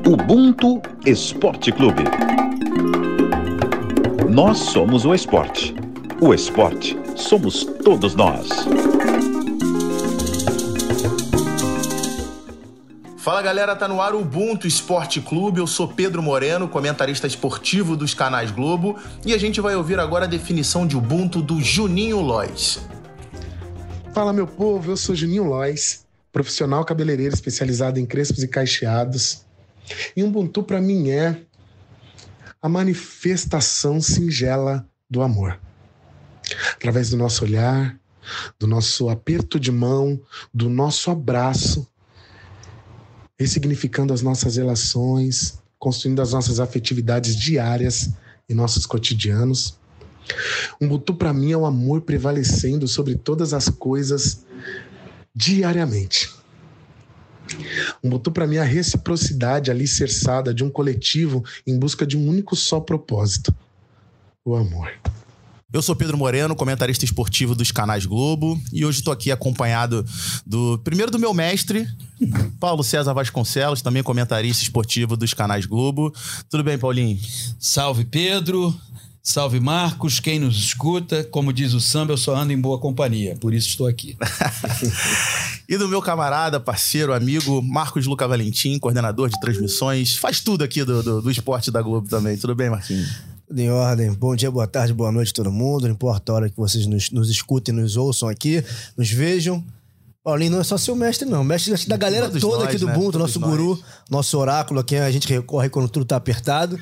Ubuntu Esporte Clube. Nós somos o esporte. O esporte somos todos nós. Fala galera, tá no ar o Ubuntu Esporte Clube, eu sou Pedro Moreno, comentarista esportivo dos canais Globo, e a gente vai ouvir agora a definição de Ubuntu do Juninho Lois. Fala meu povo, eu sou Juninho Lois, profissional cabeleireiro especializado em crespos e cacheados, e Ubuntu pra mim é a manifestação singela do amor. Através do nosso olhar, do nosso aperto de mão, do nosso abraço, ressignificando as nossas relações, construindo as nossas afetividades diárias em nossos cotidianos. Ubuntu para mim é o amor prevalecendo sobre todas as coisas diariamente. Ubuntu para mim é a reciprocidade alicerçada de um coletivo em busca de um único só propósito: o amor. Eu sou Pedro Moreno, comentarista esportivo dos canais Globo, e hoje estou aqui acompanhado do meu mestre, Paulo César Vasconcelos, também comentarista esportivo dos canais Globo. Tudo bem, Paulinho? Salve, Pedro. Salve, Marcos. Quem nos escuta, como diz o samba, eu só ando em boa companhia, por isso estou aqui. E do meu camarada, parceiro, amigo, Marcos Luca Valentim, coordenador de transmissões, faz tudo aqui do esporte da Globo também. Tudo bem, Marquinhos? Tudo em ordem. Bom dia, boa tarde, boa noite a todo mundo. Não importa a hora que vocês nos escutem, nos ouçam aqui, nos vejam. Paulinho não é só seu mestre, não. Mestre da galera toda nós, aqui do Ubuntu, nosso guru, nosso oráculo, a quem a gente recorre quando tudo tá apertado.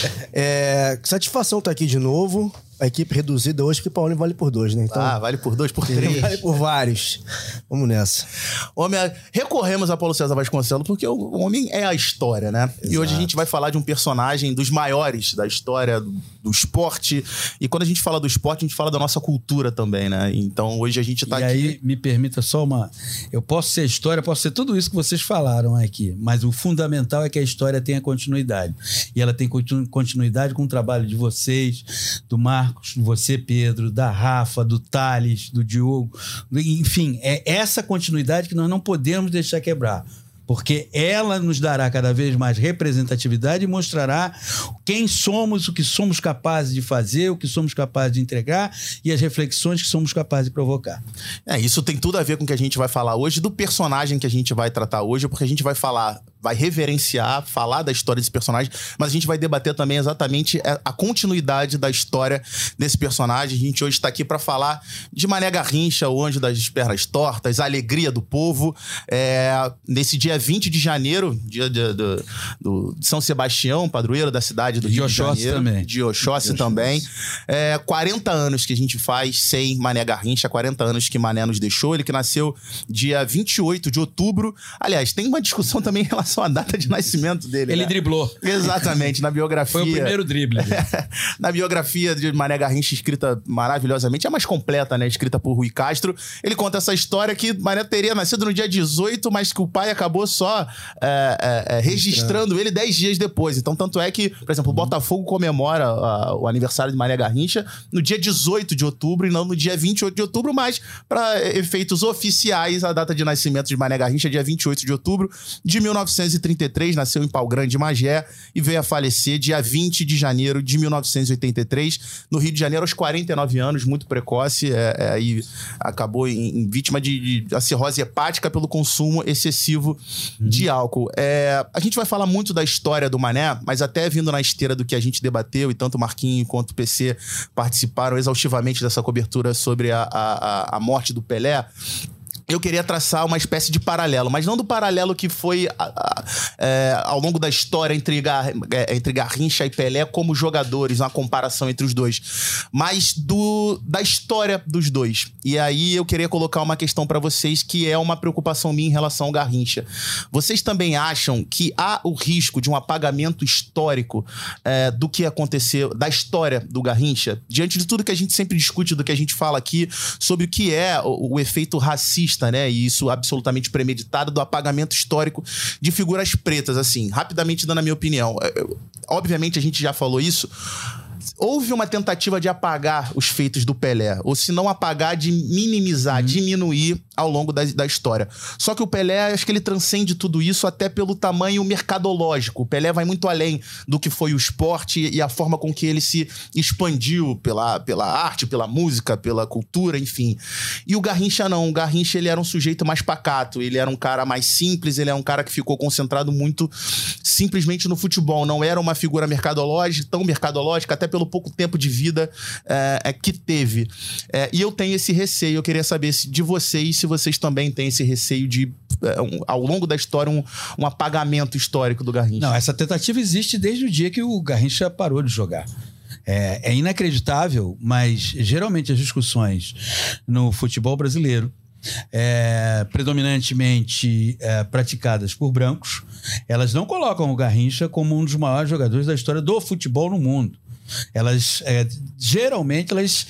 Satisfação estar aqui de novo. A equipe reduzida hoje, porque o Paulinho vale por 2, né? Então, vale por 2, por 3. Vale por vários. Vamos nessa. Homem, recorremos a Paulo César Vasconcelos porque o homem é a história, né? Exato. E hoje a gente vai falar de um personagem dos maiores da história do esporte. E quando a gente fala do esporte, a gente fala da nossa cultura também, né? Então hoje a gente tá aqui... E aí, me permita só uma... Eu posso ser história, posso ser tudo isso que vocês falaram aqui, mas o fundamental é que a história tenha continuidade. E ela tem continuidade com o trabalho de vocês, do Marcos, de você, Pedro, da Rafa, do Thales, do Diogo. Enfim, é essa continuidade que nós não podemos deixar quebrar. Porque ela nos dará cada vez mais representatividade e mostrará quem somos, o que somos capazes de fazer, o que somos capazes de entregar e as reflexões que somos capazes de provocar. Isso tem tudo a ver com o que a gente vai falar hoje, do personagem que a gente vai tratar hoje, porque a gente vai reverenciar, falar da história desse personagem, mas a gente vai debater também exatamente a continuidade da história desse personagem. A gente hoje está aqui para falar de Mané Garrincha, o anjo das pernas tortas, a alegria do povo. Nesse dia 20 de janeiro, dia de São Sebastião, padroeiro da cidade do Rio de Janeiro. De Oxóssi também. 40 anos que a gente faz sem Mané Garrincha, 40 anos que Mané nos deixou. Ele que nasceu dia 28 de outubro. Aliás, tem uma discussão também em relação à data de nascimento dele. Ele driblou. Exatamente, na biografia. Foi o primeiro drible. Na biografia de Mané Garrincha, escrita maravilhosamente, é mais completa, né? Escrita por Rui Castro. Ele conta essa história que Mané teria nascido no dia 18, mas que o pai acabou só registrando ele 10 dias depois. Então, tanto é que, por exemplo, o Botafogo comemora o aniversário de Mané Garrincha no dia 18 de outubro e não no dia 28 de outubro, mas para efeitos oficiais, a data de nascimento de Mané Garrincha é dia 28 de outubro de 1933, nasceu em Pau Grande, Magé, e veio a falecer dia 20 de janeiro de 1983, no Rio de Janeiro, aos 49 anos, muito precoce, e acabou em vítima de cirrose hepática pelo consumo excessivo de álcool. A gente vai falar muito da história do Mané, mas até vindo na esteira do que a gente debateu, e tanto o Marquinhos quanto o PC participaram exaustivamente dessa cobertura sobre a morte do Pelé, eu queria traçar uma espécie de paralelo, mas não do paralelo que foi ao longo da história entre Garrincha e Pelé como jogadores, uma comparação entre os dois, mas da história dos dois. E aí eu queria colocar uma questão para vocês que é uma preocupação minha em relação ao Garrincha. Vocês também acham que há o risco de um apagamento histórico do que aconteceu, da história do Garrincha, diante de tudo que a gente sempre discute, do que a gente fala aqui, sobre o que é o efeito racista, né? E isso absolutamente premeditado do apagamento histórico de figuras pretas, assim, rapidamente dando a minha opinião. Obviamente a gente já falou isso. houve uma tentativa de apagar os feitos do Pelé, ou se não apagar, de minimizar, diminuir ao longo da história. Só que o Pelé, acho que ele transcende tudo isso até pelo tamanho mercadológico. O Pelé vai muito além do que foi o esporte e a forma com que ele se expandiu pela arte, pela música, pela cultura, enfim. E o Garrincha não. O Garrincha, ele era um sujeito mais pacato, ele era um cara mais simples, ele é um cara que ficou concentrado muito simplesmente no futebol. Não era uma figura tão mercadológica, até pelo pouco tempo de vida que teve. E eu tenho esse receio, eu queria saber de vocês, se vocês também têm esse receio de, ao longo da história, um apagamento histórico do Garrincha. Não, essa tentativa existe desde o dia que o Garrincha parou de jogar. É inacreditável, mas geralmente as discussões no futebol brasileiro, predominantemente praticadas por brancos, elas não colocam o Garrincha como um dos maiores jogadores da história do futebol no mundo. Elas geralmente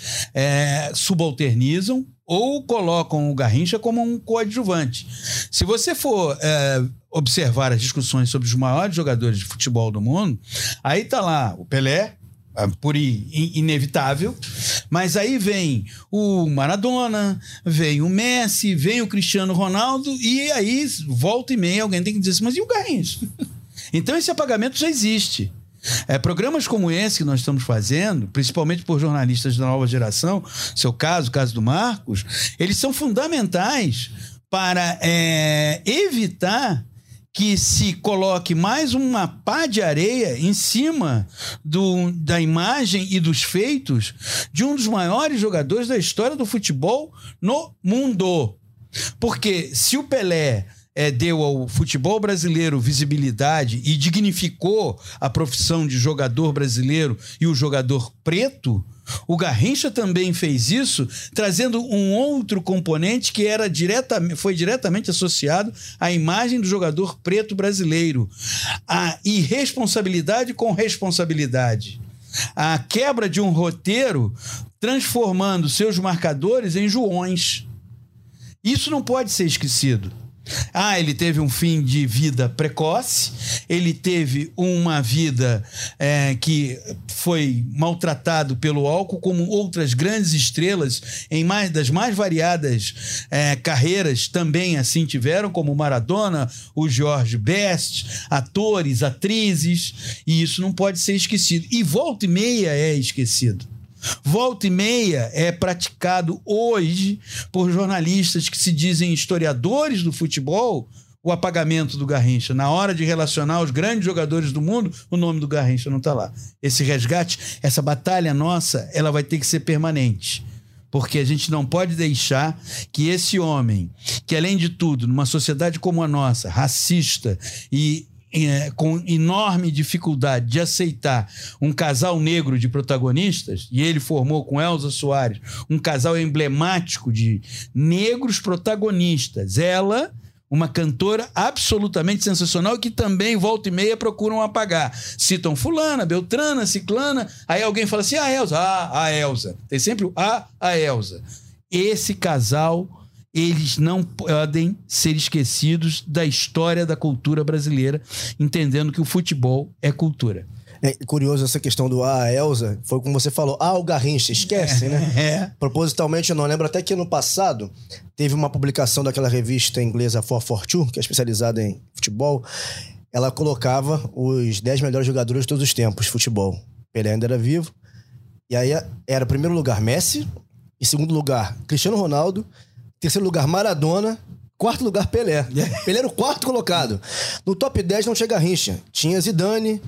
subalternizam ou colocam o Garrincha como um coadjuvante. Se você for observar as discussões sobre os maiores jogadores de futebol do mundo, aí tá lá o Pelé, por inevitável, mas aí vem o Maradona, vem o Messi, vem o Cristiano Ronaldo, e aí volta e meia alguém tem que dizer assim, mas e o Garrincha? Então esse apagamento já existe. Programas como esse que nós estamos fazendo, principalmente por jornalistas da nova geração, o caso do Marcos, eles são fundamentais para evitar que se coloque mais uma pá de areia em cima da imagem e dos feitos de um dos maiores jogadores da história do futebol no mundo. Porque se o Pelé deu ao futebol brasileiro visibilidade e dignificou a profissão de jogador brasileiro e o jogador preto, o Garrincha também fez isso, trazendo um outro componente que foi diretamente associado à imagem do jogador preto brasileiro. A irresponsabilidade com responsabilidade. A quebra de um roteiro transformando seus marcadores em Joões. Isso não pode ser esquecido. Ele teve um fim de vida precoce, ele teve uma vida que foi maltratado pelo álcool, como outras grandes estrelas das mais variadas carreiras também assim tiveram, como o Maradona, o George Best, atores, atrizes, e isso não pode ser esquecido. E volta e meia é esquecido. Volta e meia é praticado hoje por jornalistas que se dizem historiadores do futebol, o apagamento do Garrincha. Na hora de relacionar os grandes jogadores do mundo, o nome do Garrincha não está lá. Esse resgate, essa batalha nossa, ela vai ter que ser permanente. Porque a gente não pode deixar que esse homem, que além de tudo, numa sociedade como a nossa, racista e com enorme dificuldade de aceitar um casal negro de protagonistas, e ele formou com Elza Soares um casal emblemático de negros protagonistas. Ela, uma cantora absolutamente sensacional, que também volta e meia procuram apagar. Citam fulana, beltrana, ciclana, aí alguém fala assim, a Elza. Tem sempre a Elza. Esse casal, eles não podem ser esquecidos da história da cultura brasileira, entendendo que o futebol é cultura. É curioso essa questão do a Elza, foi como você falou, o Garrincha, esquece, né? Propositalmente eu não lembro, até que ano passado teve uma publicação daquela revista inglesa 442, que é especializada em futebol, ela colocava os 10 melhores jogadores de todos os tempos de futebol. Pelé ainda era vivo, e aí era primeiro lugar Messi, em segundo lugar Cristiano Ronaldo, terceiro lugar Maradona, quarto lugar Pelé. Pelé era o quarto colocado. No top 10 não tinha Garrincha. Tinha Zidane,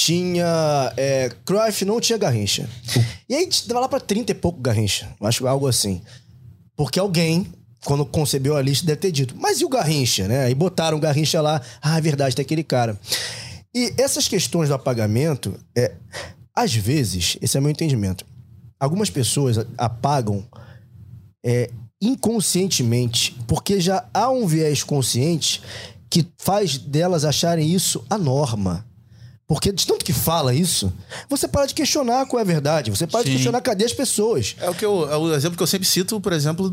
tinha Cruyff, não tinha Garrincha. E aí dava lá pra 30 e pouco Garrincha. Acho algo assim. Porque alguém, quando concebeu a lista, deve ter dito, mas e o Garrincha, né? Aí botaram o Garrincha lá. É verdade, tem aquele cara. E essas questões do apagamento, às vezes, esse é o meu entendimento, algumas pessoas apagam inconscientemente, porque já há um viés consciente que faz delas acharem isso a norma. Porque de tanto que fala isso, você para de questionar qual é a verdade. Você para de questionar cadê as pessoas. É o exemplo que eu sempre cito, por exemplo,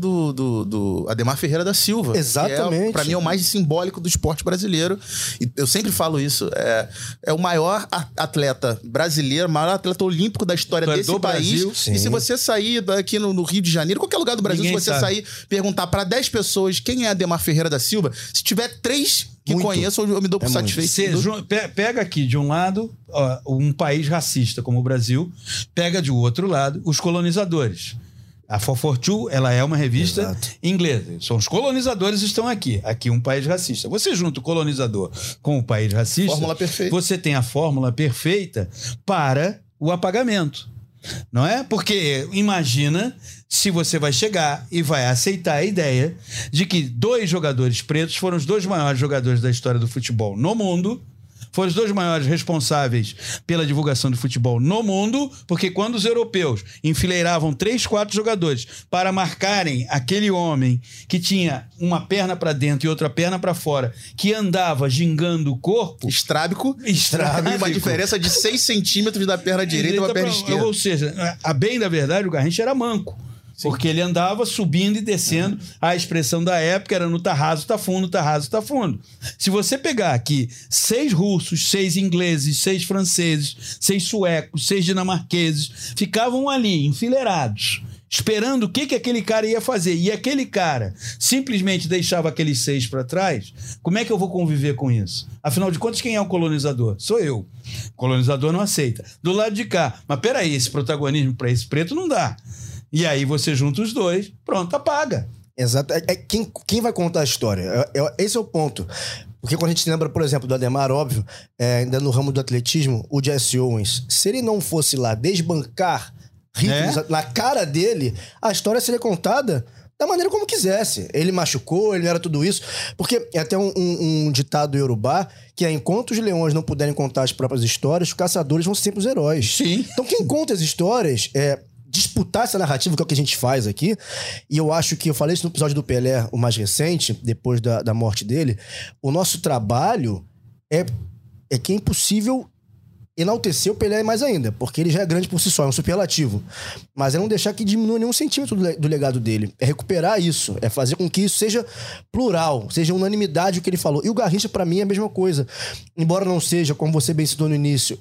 do Ademar Ferreira da Silva. Exatamente. Pra mim é o mais simbólico do esporte brasileiro. E eu sempre falo isso. É o maior atleta brasileiro, o maior atleta olímpico da história desse país. Brasil, e se você sair daqui no Rio de Janeiro, qualquer lugar do Brasil, se você sair perguntar pra 10 pessoas quem é Ademar Ferreira da Silva, se tiver 3 que conheçam, eu me dou por satisfeito. Pega aqui de um lado um país racista como o Brasil, pega de outro lado os colonizadores. A 442, ela é uma revista inglesa. São os colonizadores que estão aqui. Aqui um país racista. Você junta o colonizador com o país racista, fórmula perfeita. Você tem a fórmula perfeita para o apagamento. Não é? Porque imagina se você vai chegar e vai aceitar a ideia de que 2 jogadores pretos foram os 2 maiores jogadores da história do futebol no mundo, foram os 2 maiores responsáveis pela divulgação do futebol no mundo, porque quando os europeus enfileiravam 3, 4 jogadores para marcarem aquele homem que tinha uma perna para dentro e outra perna para fora, que andava gingando o corpo... Estrábico. Uma diferença de 6 centímetros da perna direita para a perna esquerda. Ou seja, a bem da verdade, o Garrincha era manco. Porque ele andava subindo e descendo. A expressão da época era no tá raso, tá fundo, tá raso, tá fundo. Se você pegar aqui 6 russos, 6 ingleses, 6 franceses, 6 suecos, 6 dinamarqueses, ficavam ali, enfileirados, esperando o que aquele cara ia fazer. E aquele cara simplesmente deixava aqueles 6 para trás. Como é que eu vou conviver com isso? Afinal de contas, quem é o colonizador? Sou eu. O colonizador não aceita. Do lado de cá. Mas peraí, esse protagonismo para esse preto não dá. E aí você junta os 2, pronto, apaga. Exato. Quem vai contar a história? Esse é o ponto. Porque quando a gente lembra, por exemplo, do Ademar, óbvio, ainda no ramo do atletismo, o Jesse Owens, se ele não fosse lá desbancar ritmos na cara dele, a história seria contada da maneira como quisesse. Ele machucou, ele não era tudo isso. Porque é até um ditado iorubá que é: enquanto os leões não puderem contar as próprias histórias, os caçadores vão ser sempre os heróis. Sim. Então quem conta as histórias disputar essa narrativa, que é o que a gente faz aqui. E eu acho que eu falei isso no episódio do Pelé, o mais recente, depois da morte dele. O nosso trabalho é que é impossível enaltecer o Pelé mais ainda, porque ele já é grande por si só, é um superlativo. Mas é não deixar que diminua nenhum centímetro do legado dele. É recuperar isso, é fazer com que isso seja plural, seja unanimidade o que ele falou. E o Garrincha, pra mim, é a mesma coisa. Embora não seja, como você bem citou no início,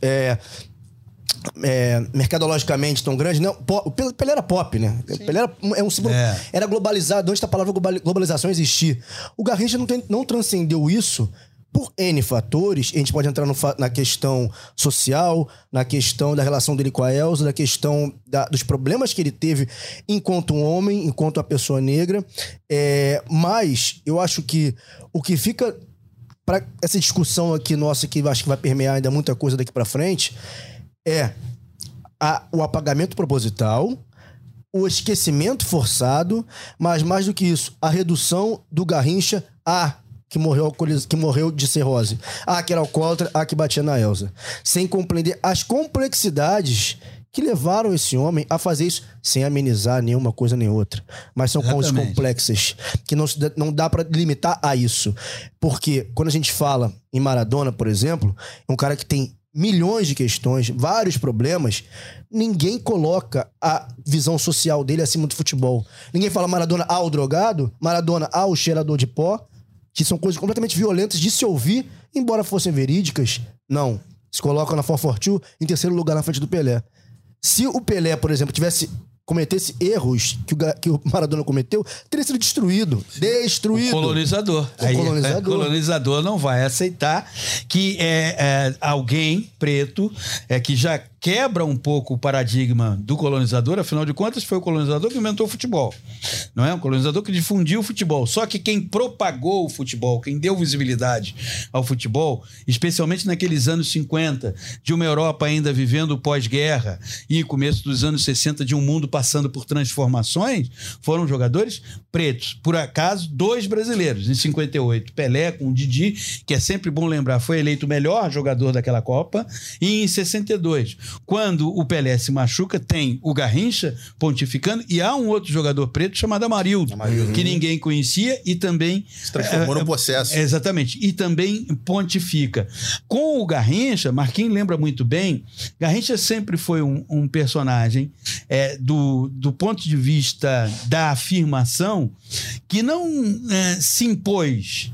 mercadologicamente tão grande, não. O Pelé era pop, né? O Pelé era um símbolo. Era globalizado antes da palavra globalização existir. O Garrincha não transcendeu isso por N fatores. A gente pode entrar na questão social, na questão da relação dele com a Elza, na questão dos problemas que ele teve enquanto um homem, enquanto uma pessoa negra. Mas eu acho que o que fica para essa discussão aqui nossa, que eu acho que vai permear ainda muita coisa daqui para frente, o apagamento proposital, o esquecimento forçado, mas mais do que isso, a redução do Garrincha que morreu de cirrose, que era alcoólatra, que batia na Elza, sem compreender as complexidades que levaram esse homem a fazer isso sem amenizar nenhuma coisa nem outra. Mas são coisas complexas que não dá pra limitar a isso. Porque quando a gente fala em Maradona, por exemplo, é um cara que tem milhões de questões, vários problemas, ninguém coloca a visão social dele acima do futebol. Ninguém fala Maradona, o drogado, Maradona, o cheirador de pó, que são coisas completamente violentas de se ouvir, embora fossem verídicas. Não. Se coloca na 442 em terceiro lugar na frente do Pelé. Se o Pelé, por exemplo, cometesse erros que o Maradona cometeu, teria sido destruído. Destruído. O colonizador. O colonizador não vai aceitar que alguém preto que já quebra um pouco o paradigma do colonizador. Afinal de contas, foi o colonizador que inventou o futebol. Não é? O colonizador que difundiu o futebol. Só que quem propagou o futebol, quem deu visibilidade ao futebol, especialmente naqueles anos 50, de uma Europa ainda vivendo pós-guerra e começo dos anos 60 de um mundo passando por transformações, foram jogadores pretos. Por acaso, 2 brasileiros. Em 58, Pelé com o Didi, que é sempre bom lembrar, foi eleito o melhor jogador daquela Copa. E em 62, quando o Pelé se machuca, tem o Garrincha pontificando e há um outro jogador preto chamado Amarildo, que ninguém conhecia e também... Se transformou no processo. Exatamente. E também pontifica. Com o Garrincha, Marquinhos lembra muito bem, Garrincha sempre foi um personagem do ponto de vista da afirmação que não se impôs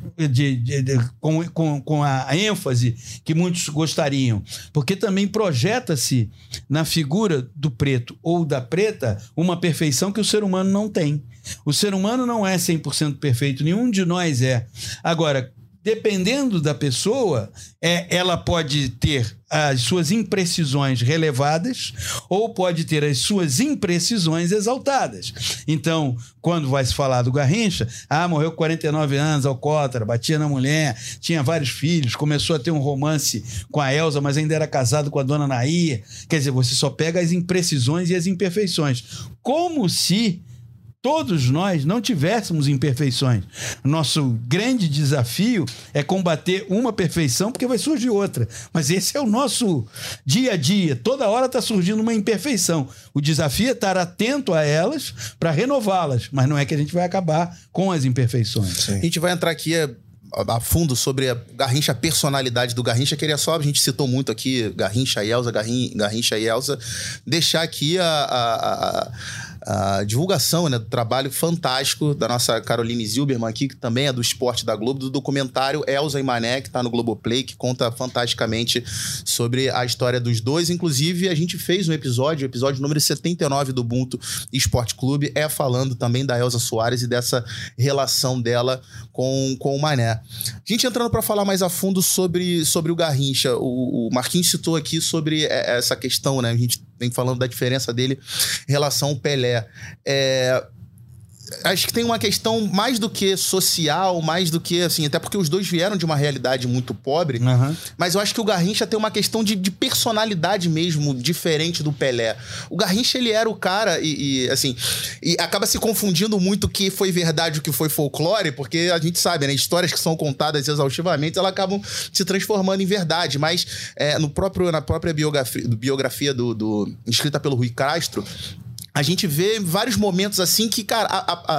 com a ênfase que muitos gostariam, porque também projeta-se na figura do preto ou da preta uma perfeição que o ser humano não tem. O ser humano não é 100% perfeito, nenhum de nós é. Agora, dependendo da pessoa, ela pode ter as suas imprecisões relevadas ou pode ter as suas imprecisões exaltadas. Então, quando vai se falar do Garrincha, morreu com 49 anos, alcoólatra, batia na mulher, tinha vários filhos, começou a ter um romance com a Elza, mas ainda era casado com a dona Nair. Quer dizer, você só pega as imprecisões e as imperfeições. Como se todos nós não tivéssemos imperfeições. Nosso grande desafio é combater uma perfeição, porque vai surgir outra. Mas esse é o nosso dia a dia. Toda hora está surgindo uma imperfeição. O desafio é estar atento a elas para renová-las. Mas não é que a gente vai acabar com as imperfeições. Sim. A gente vai entrar aqui a fundo sobre a Garrincha, a personalidade do Garrincha. Queria só, a gente citou muito aqui Garrincha e Elza, Garrincha e Elza, deixar aqui a divulgação, né, do trabalho fantástico da nossa Caroline Zilberman aqui, que também é do Esporte da Globo, do documentário Elza e Mané, que está no Globoplay, que conta fantasticamente sobre a história dos dois. Inclusive, a gente fez um episódio, o episódio número 79 do Ubuntu Esporte Clube, falando também da Elza Soares e dessa relação dela com o Mané. A gente entrando para falar mais a fundo sobre o Garrincha, o Marquinhos citou aqui sobre essa questão, né? A gente vem falando da diferença dele em relação ao Pelé. Acho que tem uma questão mais do que social, mais do que, assim, até porque os dois vieram de uma realidade muito pobre, mas eu acho que o Garrincha tem uma questão de personalidade mesmo, diferente do Pelé. O Garrincha, ele era o cara e acaba se confundindo muito o que foi verdade e o que foi folclore, porque a gente sabe, né, histórias que são contadas exaustivamente, elas acabam se transformando em verdade, mas na própria biografia escrita pelo Rui Castro, a gente vê vários momentos assim que, cara,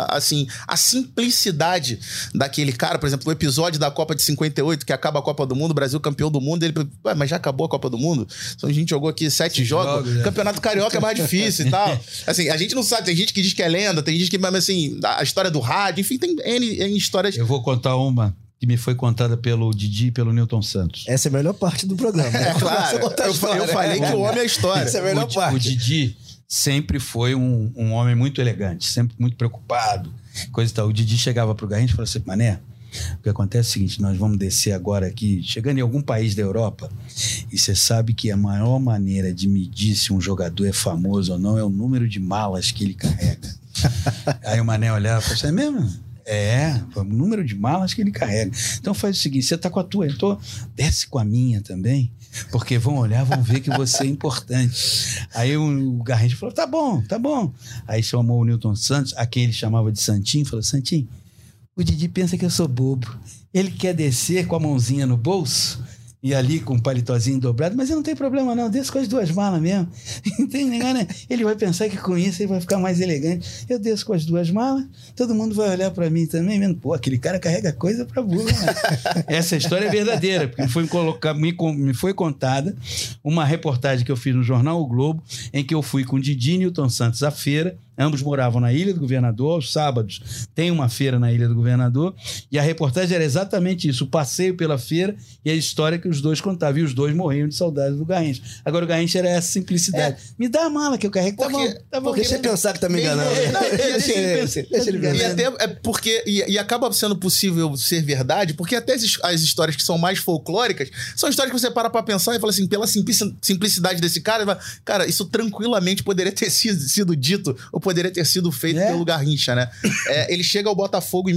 a simplicidade daquele cara, por exemplo, o episódio da Copa de 58, que acaba a Copa do Mundo, o Brasil campeão do mundo, ele, mas já acabou a Copa do Mundo? Então a gente jogou aqui 7 jogos, Campeonato Carioca é mais difícil e tal. Assim, a gente não sabe, tem gente que diz que é lenda, tem gente que, mas assim, a história do rádio, enfim, tem N histórias. Eu vou contar uma que me foi contada pelo Didi e pelo Newton Santos. Essa é a melhor parte do programa. Claro, eu falei que o homem é a história. Essa é a melhor parte. O Didi sempre foi um homem muito elegante, sempre muito preocupado, coisa e tal. O Didi chegava pro Garrincha e falava assim: Mané, o que acontece é o seguinte, nós vamos descer agora aqui, chegando em algum país da Europa, e você sabe que a maior maneira de medir se um jogador é famoso ou não é o número de malas que ele carrega. Aí o Mané olhava e falava assim: é mesmo? Foi o número de malas que ele carrega. Então faz o seguinte, você tá com a tua, então desce com a minha também, porque vão olhar, vão ver que você é importante. Aí o Garrincha falou: tá bom. Aí chamou o Newton Santos, a quem ele chamava de Santinho, falou: Santinho, o Didi pensa que eu sou bobo. Ele quer descer com a mãozinha no bolso e ali com o paletózinho dobrado, mas não tem problema não, desço com as duas malas mesmo. Não tem negócio, né? Ele vai pensar que com isso ele vai ficar mais elegante. Eu desço com as duas malas, todo mundo vai olhar pra mim também, vendo, pô, aquele cara carrega coisa pra burro, né? Essa história é verdadeira, porque me foi contada uma reportagem que eu fiz no jornal O Globo, em que eu fui com o Didi e Newton Santos à feira. Ambos moravam na Ilha do Governador, aos sábados tem uma feira na Ilha do Governador, e a reportagem era exatamente isso, o passeio pela feira e a história que os dois contavam, e os dois morriam de saudade do Garrincha. Agora o Garrincha era essa simplicidade. Me dá a mala que eu carrego, tá bom. Deixa ele pensar que tá me enganando. Deixa ele e até porque acaba sendo possível ser verdade, porque até as histórias que são mais folclóricas são histórias que você para pra pensar e fala assim, pela simplicidade desse cara, isso tranquilamente poderia ter sido dito, ou poderia ter sido feito pelo Garrincha, né? Ele chega ao Botafogo em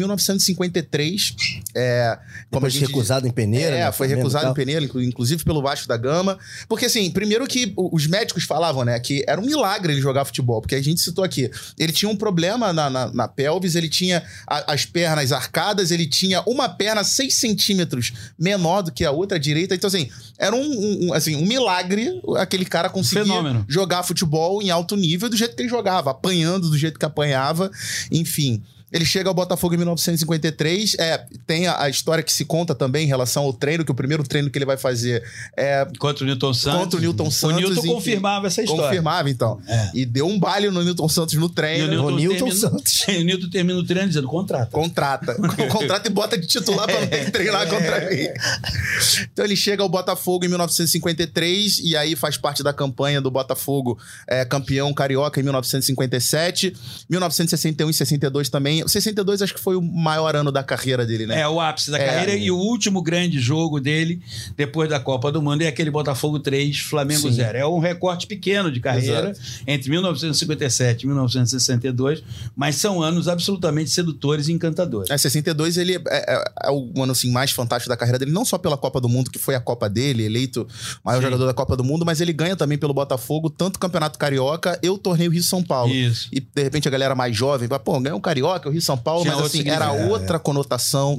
1953. Depois recusado em Peneira. Né? Foi recusado em Peneira, inclusive pelo Vasco da Gama. Porque, assim, primeiro que os médicos falavam, né, que era um milagre ele jogar futebol, porque a gente citou aqui, ele tinha um problema na pelvis, ele tinha as pernas arcadas, ele tinha uma perna 6 centímetros menor do que a outra direita. Então, assim, era um milagre aquele cara conseguir jogar futebol em alto nível do jeito que ele jogava, apanhando do jeito que apanhava, enfim. Ele chega ao Botafogo em 1953. Tem a história que se conta também em relação ao treino, que o primeiro treino que ele vai fazer é... Contra o Newton Santos. O Newton confirmava essa história. Confirmava, então. E deu um baile no Newton Santos no treino. O Newton Santos. O Newton termina o treino dizendo, contrata. Contrata e bota de titular pra não ter que treinar contra mim. Então ele chega ao Botafogo em 1953 e aí faz parte da campanha do Botafogo campeão carioca em 1957. 1961 e 62 também. 62 acho que foi o maior ano da carreira dele, né? O ápice da carreira e o último grande jogo dele depois da Copa do Mundo é aquele Botafogo 3, Flamengo 0. É um recorte pequeno de carreira entre 1957 e 1962, mas são anos absolutamente sedutores e encantadores. 62 ele é o ano assim, mais fantástico da carreira dele, não só pela Copa do Mundo, que foi a Copa dele, eleito maior jogador da Copa do Mundo, mas ele ganha também pelo Botafogo tanto o Campeonato Carioca e o Torneio Rio-São Paulo. Isso. E de repente a galera mais jovem vai, ganhou o Carioca, o Rio-São Paulo, mas assim, era outra conotação.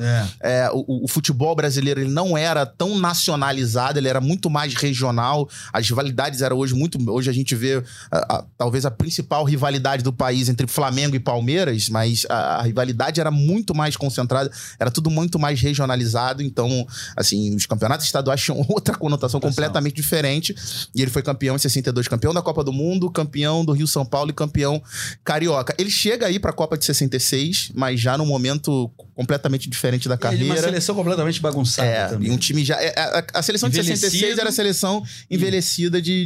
O futebol brasileiro, ele não era tão nacionalizado, ele era muito mais regional. As rivalidades eram hoje a gente vê talvez a principal rivalidade do país entre Flamengo e Palmeiras, mas a rivalidade era muito mais concentrada, era tudo muito mais regionalizado. Então, assim, os campeonatos estaduais tinham outra conotação completamente diferente. E ele foi campeão em 62, campeão da Copa do Mundo, campeão do Rio-São Paulo e campeão carioca. Ele chega aí pra Copa de 66, mas já num momento completamente diferente da carreira. Uma seleção completamente bagunçada também. E um time já... a seleção de 66 era a seleção envelhecida de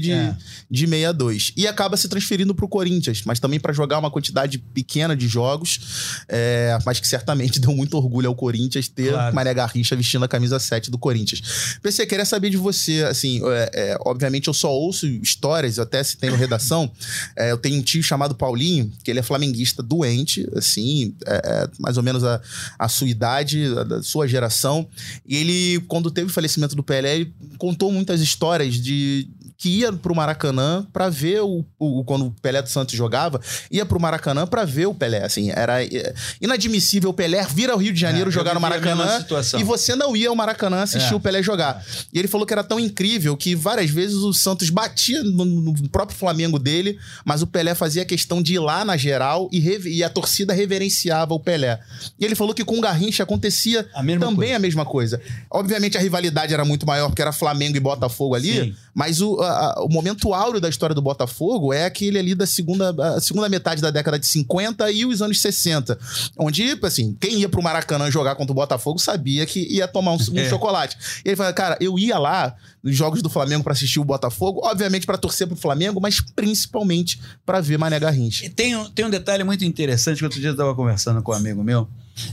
62. E acaba se transferindo pro Corinthians, mas também para jogar uma quantidade pequena de jogos, mas que certamente deu muito orgulho ao Corinthians ter Mané Garrincha vestindo a camisa 7 do Corinthians. PC, queria saber de você, assim, obviamente eu só ouço histórias, eu até citei no Redação, eu tenho um tio chamado Paulinho, que ele é flamenguista doente, assim, mais ou menos a sua idade, da sua geração. E ele, quando teve o falecimento do Pelé, ele contou muitas histórias que ia pro Maracanã pra ver quando o Pelé do Santos jogava, ia pro Maracanã pra ver o Pelé, assim, era inadmissível o Pelé vir ao Rio de Janeiro jogar no Maracanã e você não ia ao Maracanã assistir o Pelé jogar. E ele falou que era tão incrível que várias vezes o Santos batia no próprio Flamengo dele, mas o Pelé fazia questão de ir lá na geral e a torcida reverenciava o Pelé. E ele falou que com o Garrincha acontecia a mesma coisa. Obviamente a rivalidade era muito maior porque era Flamengo e Botafogo ali, mas o momento áureo da história do Botafogo é aquele ali da segunda metade da década de 50 e os anos 60, onde, assim, quem ia pro Maracanã jogar contra o Botafogo sabia que ia tomar um chocolate. E ele falou, cara, eu ia lá nos jogos do Flamengo pra assistir o Botafogo, obviamente pra torcer pro Flamengo, mas principalmente pra ver Mané Garrincha. E tem um detalhe muito interessante que outro dia eu tava conversando com um amigo meu,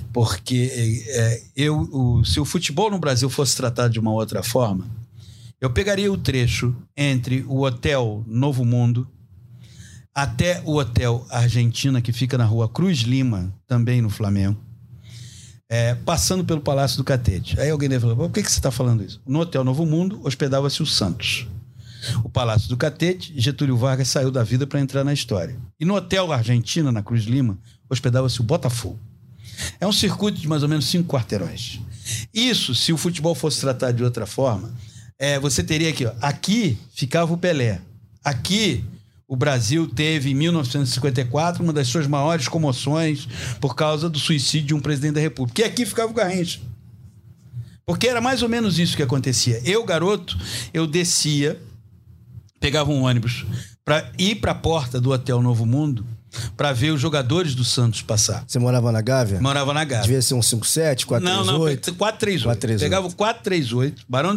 porque se o futebol no Brasil fosse tratado de uma outra forma, eu pegaria o trecho entre o Hotel Novo Mundo até o Hotel Argentina, que fica na rua Cruz Lima, também no Flamengo, passando pelo Palácio do Catete. Aí alguém deve falar, por que você está falando isso? No Hotel Novo Mundo hospedava-se o Santos. O Palácio do Catete, Getúlio Vargas saiu da vida para entrar na história. E no Hotel Argentina, na Cruz Lima, hospedava-se o Botafogo. É um circuito de mais ou menos 5 quarteirões. Isso, se o futebol fosse tratado de outra forma, você teria aqui, aqui ficava o Pelé. Aqui o Brasil teve, em 1954, uma das suas maiores comoções por causa do suicídio de um presidente da República. E aqui ficava o Garrincha. Porque era mais ou menos isso que acontecia. Eu, garoto, eu descia, pegava um ônibus para ir para a porta do Hotel Novo Mundo para ver os jogadores do Santos passar. Você morava na Gávea? Morava na Gávea. Devia ser um 57, 438? Não, 438. Pegava o 438, Barão de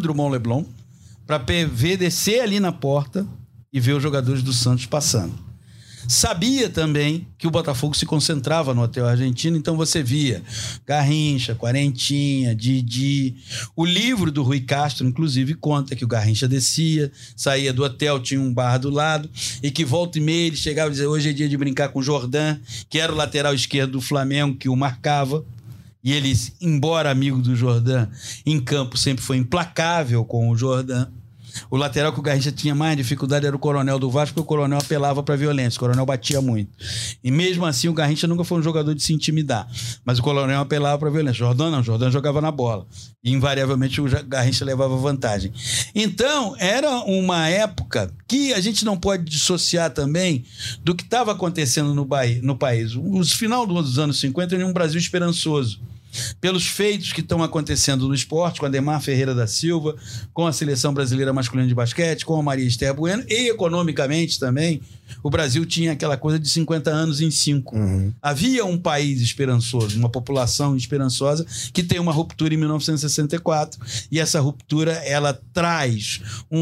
sabia também que o Botafogo se concentrava no hotel argentino, então você via Garrincha, Quarentinha, Didi. O livro do Rui Castro, inclusive, conta que o Garrincha descia, saía do hotel, tinha um bar do lado, e que volta e meia ele chegava a dizer: hoje é dia de brincar com o Jordan, que era o lateral esquerdo do Flamengo, que o marcava. E ele, embora amigo do Jordan, em campo sempre foi implacável com o Jordan. O lateral que o Garrincha tinha mais dificuldade era o Coronel do Vasco, porque o Coronel apelava para violência, o Coronel batia muito. E mesmo assim o Garrincha nunca foi um jogador de se intimidar, mas o Coronel apelava para violência. Jordan não, Jordan jogava na bola. E invariavelmente o Garrincha levava vantagem. Então era uma época que a gente não pode dissociar também do que estava acontecendo no país. O final dos anos 50 era um Brasil esperançoso, pelos feitos que estão acontecendo no esporte, com a Ademar Ferreira da Silva, com a Seleção Brasileira Masculina de Basquete, com a Maria Esther Bueno, e economicamente também, o Brasil tinha aquela coisa de 50 anos em 5. Havia um país esperançoso, uma população esperançosa, que tem uma ruptura em 1964, e essa ruptura, ela traz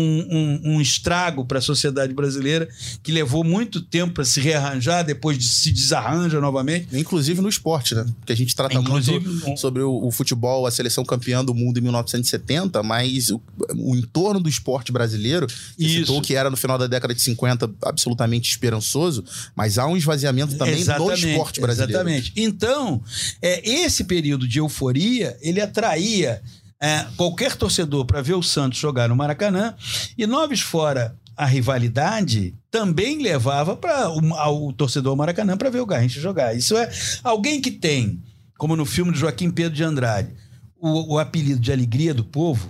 um estrago para a sociedade brasileira, que levou muito tempo para se rearranjar, depois se desarranja novamente. Inclusive no esporte, né? Que a gente trata muito sobre o futebol, a seleção campeã do mundo em 1970, mas o entorno do esporte brasileiro, que citou que era no final da década de 50 absolutamente esperançoso, mas há um esvaziamento também no esporte brasileiro. Exatamente. Então, esse período de euforia, ele atraía qualquer torcedor para ver o Santos jogar no Maracanã, e Noves fora a rivalidade também levava o torcedor ao Maracanã para ver o Garrincha jogar. Isso é alguém que tem, como no filme de Joaquim Pedro de Andrade, o apelido de alegria do povo.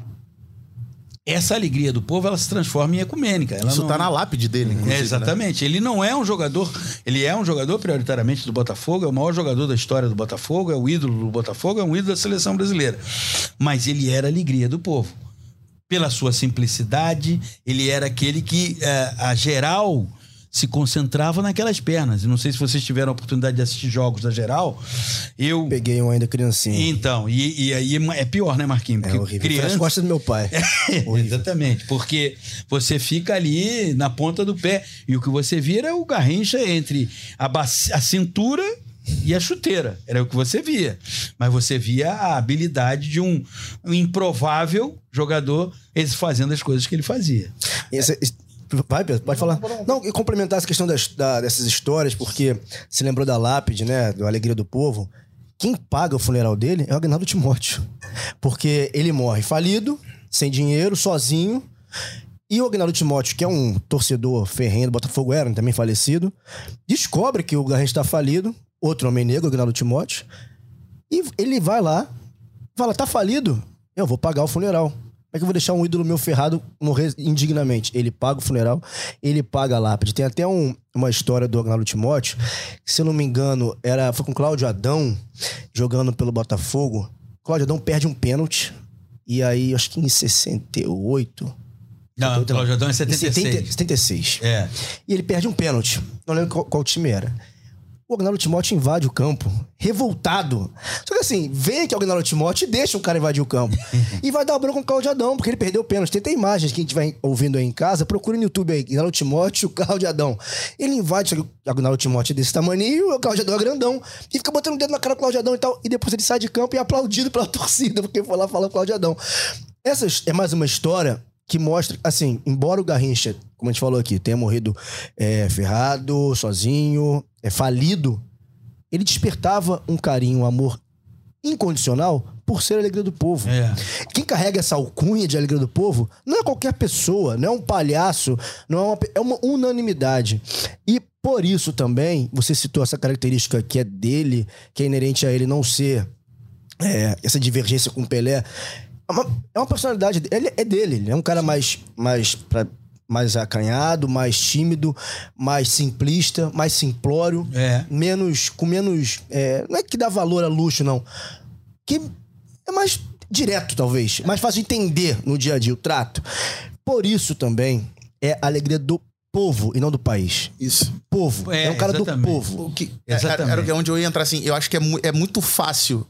Essa alegria do povo, ela se transforma em ecumênica. Isso está na lápide dele, inclusive. Exatamente. Né? Ele não é um jogador... Ele é um jogador prioritariamente do Botafogo, é o maior jogador da história do Botafogo, é o ídolo do Botafogo, é um ídolo da seleção brasileira. Mas ele era a alegria do povo. Pela sua simplicidade, ele era aquele que a geral se concentrava naquelas pernas. Não sei se vocês tiveram a oportunidade de assistir jogos da geral. Eu peguei um ainda criancinha. Então, e aí é pior, né, Marquinhos? Porque horrível. Criança... Foi nas costas do meu pai. Exatamente, porque você fica ali na ponta do pé, e o que você vira é o Garrincha entre a cintura e a chuteira. Era o que você via. Mas você via a habilidade de um improvável jogador fazendo as coisas que ele fazia. Vai, Pedro, pode falar. Não, e complementar essa questão dessas histórias, porque se lembrou da lápide, né, da alegria do povo. Quem paga o funeral dele é o Agnaldo Timóteo. Porque ele morre falido, sem dinheiro, sozinho. E o Agnaldo Timóteo, que é um torcedor ferrenho do Botafogo, era também falecido, descobre que o Garrincha está falido, outro homem negro, o Agnaldo Timóteo, e ele vai lá, fala: tá falido? Eu vou pagar o funeral. É que eu vou deixar um ídolo meu ferrado morrer indignamente. Ele paga o funeral, ele paga a lápide. Tem até uma história do Agnaldo Timóteo, que, se eu não me engano, foi com o Cláudio Adão, jogando pelo Botafogo. Cláudio Adão perde um pênalti, e aí, acho que em 68... Não, o Cláudio Adão é 76. 76. É. E ele perde um pênalti. Não lembro qual time era. O Agnaldo Timóteo invade o campo, revoltado. Só que assim, vê que é o Agnaldo Timóteo e deixa o cara invadir o campo. E vai dar bronca com o Cláudio Adão, porque ele perdeu o pênalti. Tem imagens que a gente vai ouvindo aí em casa, procura no YouTube aí, Agnaldo Timóteo, Cláudio Adão. Ele invade, só que o Agnaldo Timóteo é desse tamanho e o Cláudio Adão é grandão. E fica botando o dedo na cara do Cláudio Adão e tal. E depois ele sai de campo e é aplaudido pela torcida, porque foi lá falar Cláudio Adão. Essa é mais uma história que mostra, assim, embora o Garrincha, como a gente falou aqui, tenha morrido ferrado, sozinho, falido, ele despertava um carinho, um amor incondicional por ser a alegria do povo. Quem carrega essa alcunha de alegria do povo não é qualquer pessoa, não é um palhaço, não é uma unanimidade. E por isso também, você citou essa característica que é dele, que é inerente a ele não ser essa divergência com o Pelé. É uma personalidade, é dele, ele é um cara mais acanhado, mais tímido, mais simplista, mais simplório, com menos... não é que dá valor a luxo, não. Que é mais direto, talvez, mais fácil de entender no dia a dia, o trato. Por isso também é a alegria do povo e não do país. Isso. Povo. É um cara exatamente. do povo. Era onde eu ia entrar, assim. Eu acho que é muito fácil,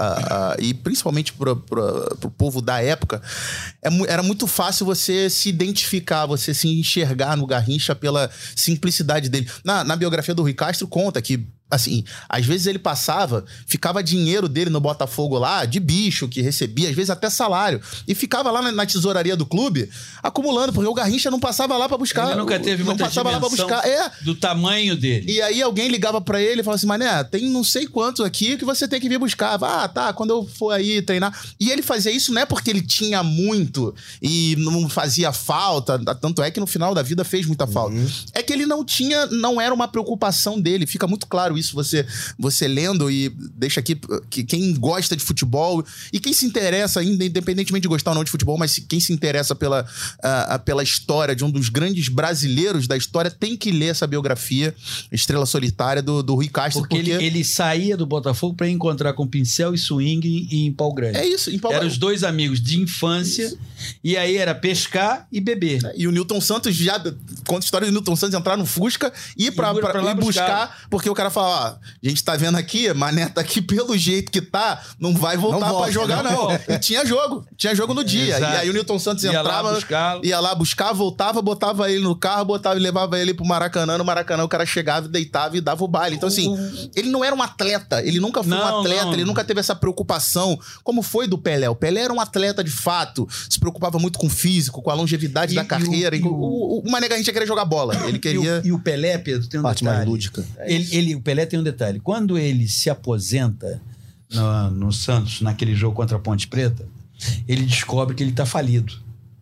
e principalmente pro povo da época, era muito fácil você se identificar, você se enxergar no Garrincha pela simplicidade dele. Na biografia do Rui Castro conta que, assim, às vezes ele ficava dinheiro dele no Botafogo lá, de bicho que recebia, às vezes até salário, e ficava lá na tesouraria do clube, acumulando, porque o Garrincha não passava lá pra buscar. Ele nunca teve muita dimensão do tamanho dele. E aí alguém ligava pra ele e falava assim, Mané, tem não sei quantos aqui que você tem que vir buscar. Tá, quando eu for aí treinar. E ele fazia isso não é porque ele tinha muito e não fazia falta, tanto é que no final da vida fez muita falta. É que ele não era uma preocupação dele, fica muito claro isso, você lendo, e deixa aqui que quem gosta de futebol e quem se interessa ainda, independentemente de gostar ou não de futebol, mas quem se interessa pela história de um dos grandes brasileiros da história tem que ler essa biografia, Estrela Solitária, do Rui Castro. Porque ele saía do Botafogo pra encontrar com Pincel e Swing em Pau Grande. É isso, em Pau Grande. Eram os dois amigos de infância, isso. E aí era pescar e beber. E o Newton Santos já conta a história do Newton Santos entrar no Fusca e ir buscar, porque o cara fala, a gente tá vendo aqui, Mané tá aqui pelo jeito que tá, não vai voltar pra jogar, não. E tinha jogo no dia. Exato. E aí o Newton Santos entrava, ia lá buscar, voltava, botava ele no carro, e levava ele pro Maracanã. No Maracanã o cara chegava, deitava e dava o baile. Então, assim, ele não era um atleta, ele nunca foi um atleta, ele nunca teve essa preocupação, como foi do Pelé. O Pelé era um atleta de fato, se preocupava muito com o físico, com a longevidade da carreira. O Mané Garrincha queria jogar bola. Ele queria... E o Pelé, Pedro, tem um parte detalhe. Mais lúdica. O Pelé tem um detalhe. Quando ele se aposenta no Santos, naquele jogo contra a Ponte Preta, ele descobre que ele está falido.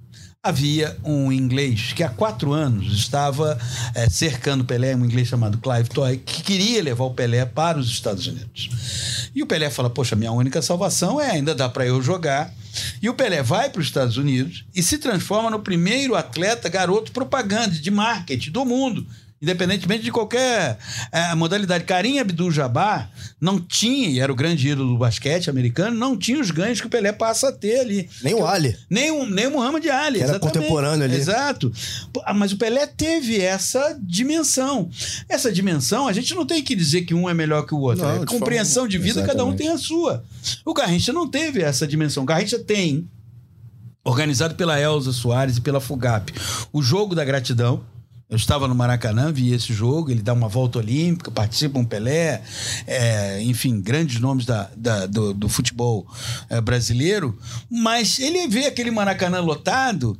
Havia um inglês que há 4 anos estava cercando o Pelé, um inglês chamado Clive Toy, que queria levar o Pelé para os Estados Unidos. E o Pelé fala, poxa, minha única salvação ainda dá para eu jogar. E o Pelé vai para os Estados Unidos e se transforma no primeiro atleta garoto propaganda de marketing do mundo, independentemente de qualquer modalidade. Karim Abdul-Jabbar não tinha, e era o grande ídolo do basquete americano, não tinha os ganhos que o Pelé passa a ter ali. Nem o Ali. Nem o Muhammad Ali. Que era contemporâneo ali. Exato. Mas o Pelé teve essa dimensão. Essa dimensão, a gente não tem que dizer que um é melhor que o outro. Não, compreensão de vida, exatamente. Cada um tem a sua. O Garrincha não teve essa dimensão. O Garrincha tem, organizado pela Elza Soares e pela FUGAP, o Jogo da Gratidão. Eu estava no Maracanã, vi esse jogo, ele dá uma volta olímpica, participa um Pelé, enfim, grandes nomes do futebol brasileiro, mas ele vê aquele Maracanã lotado,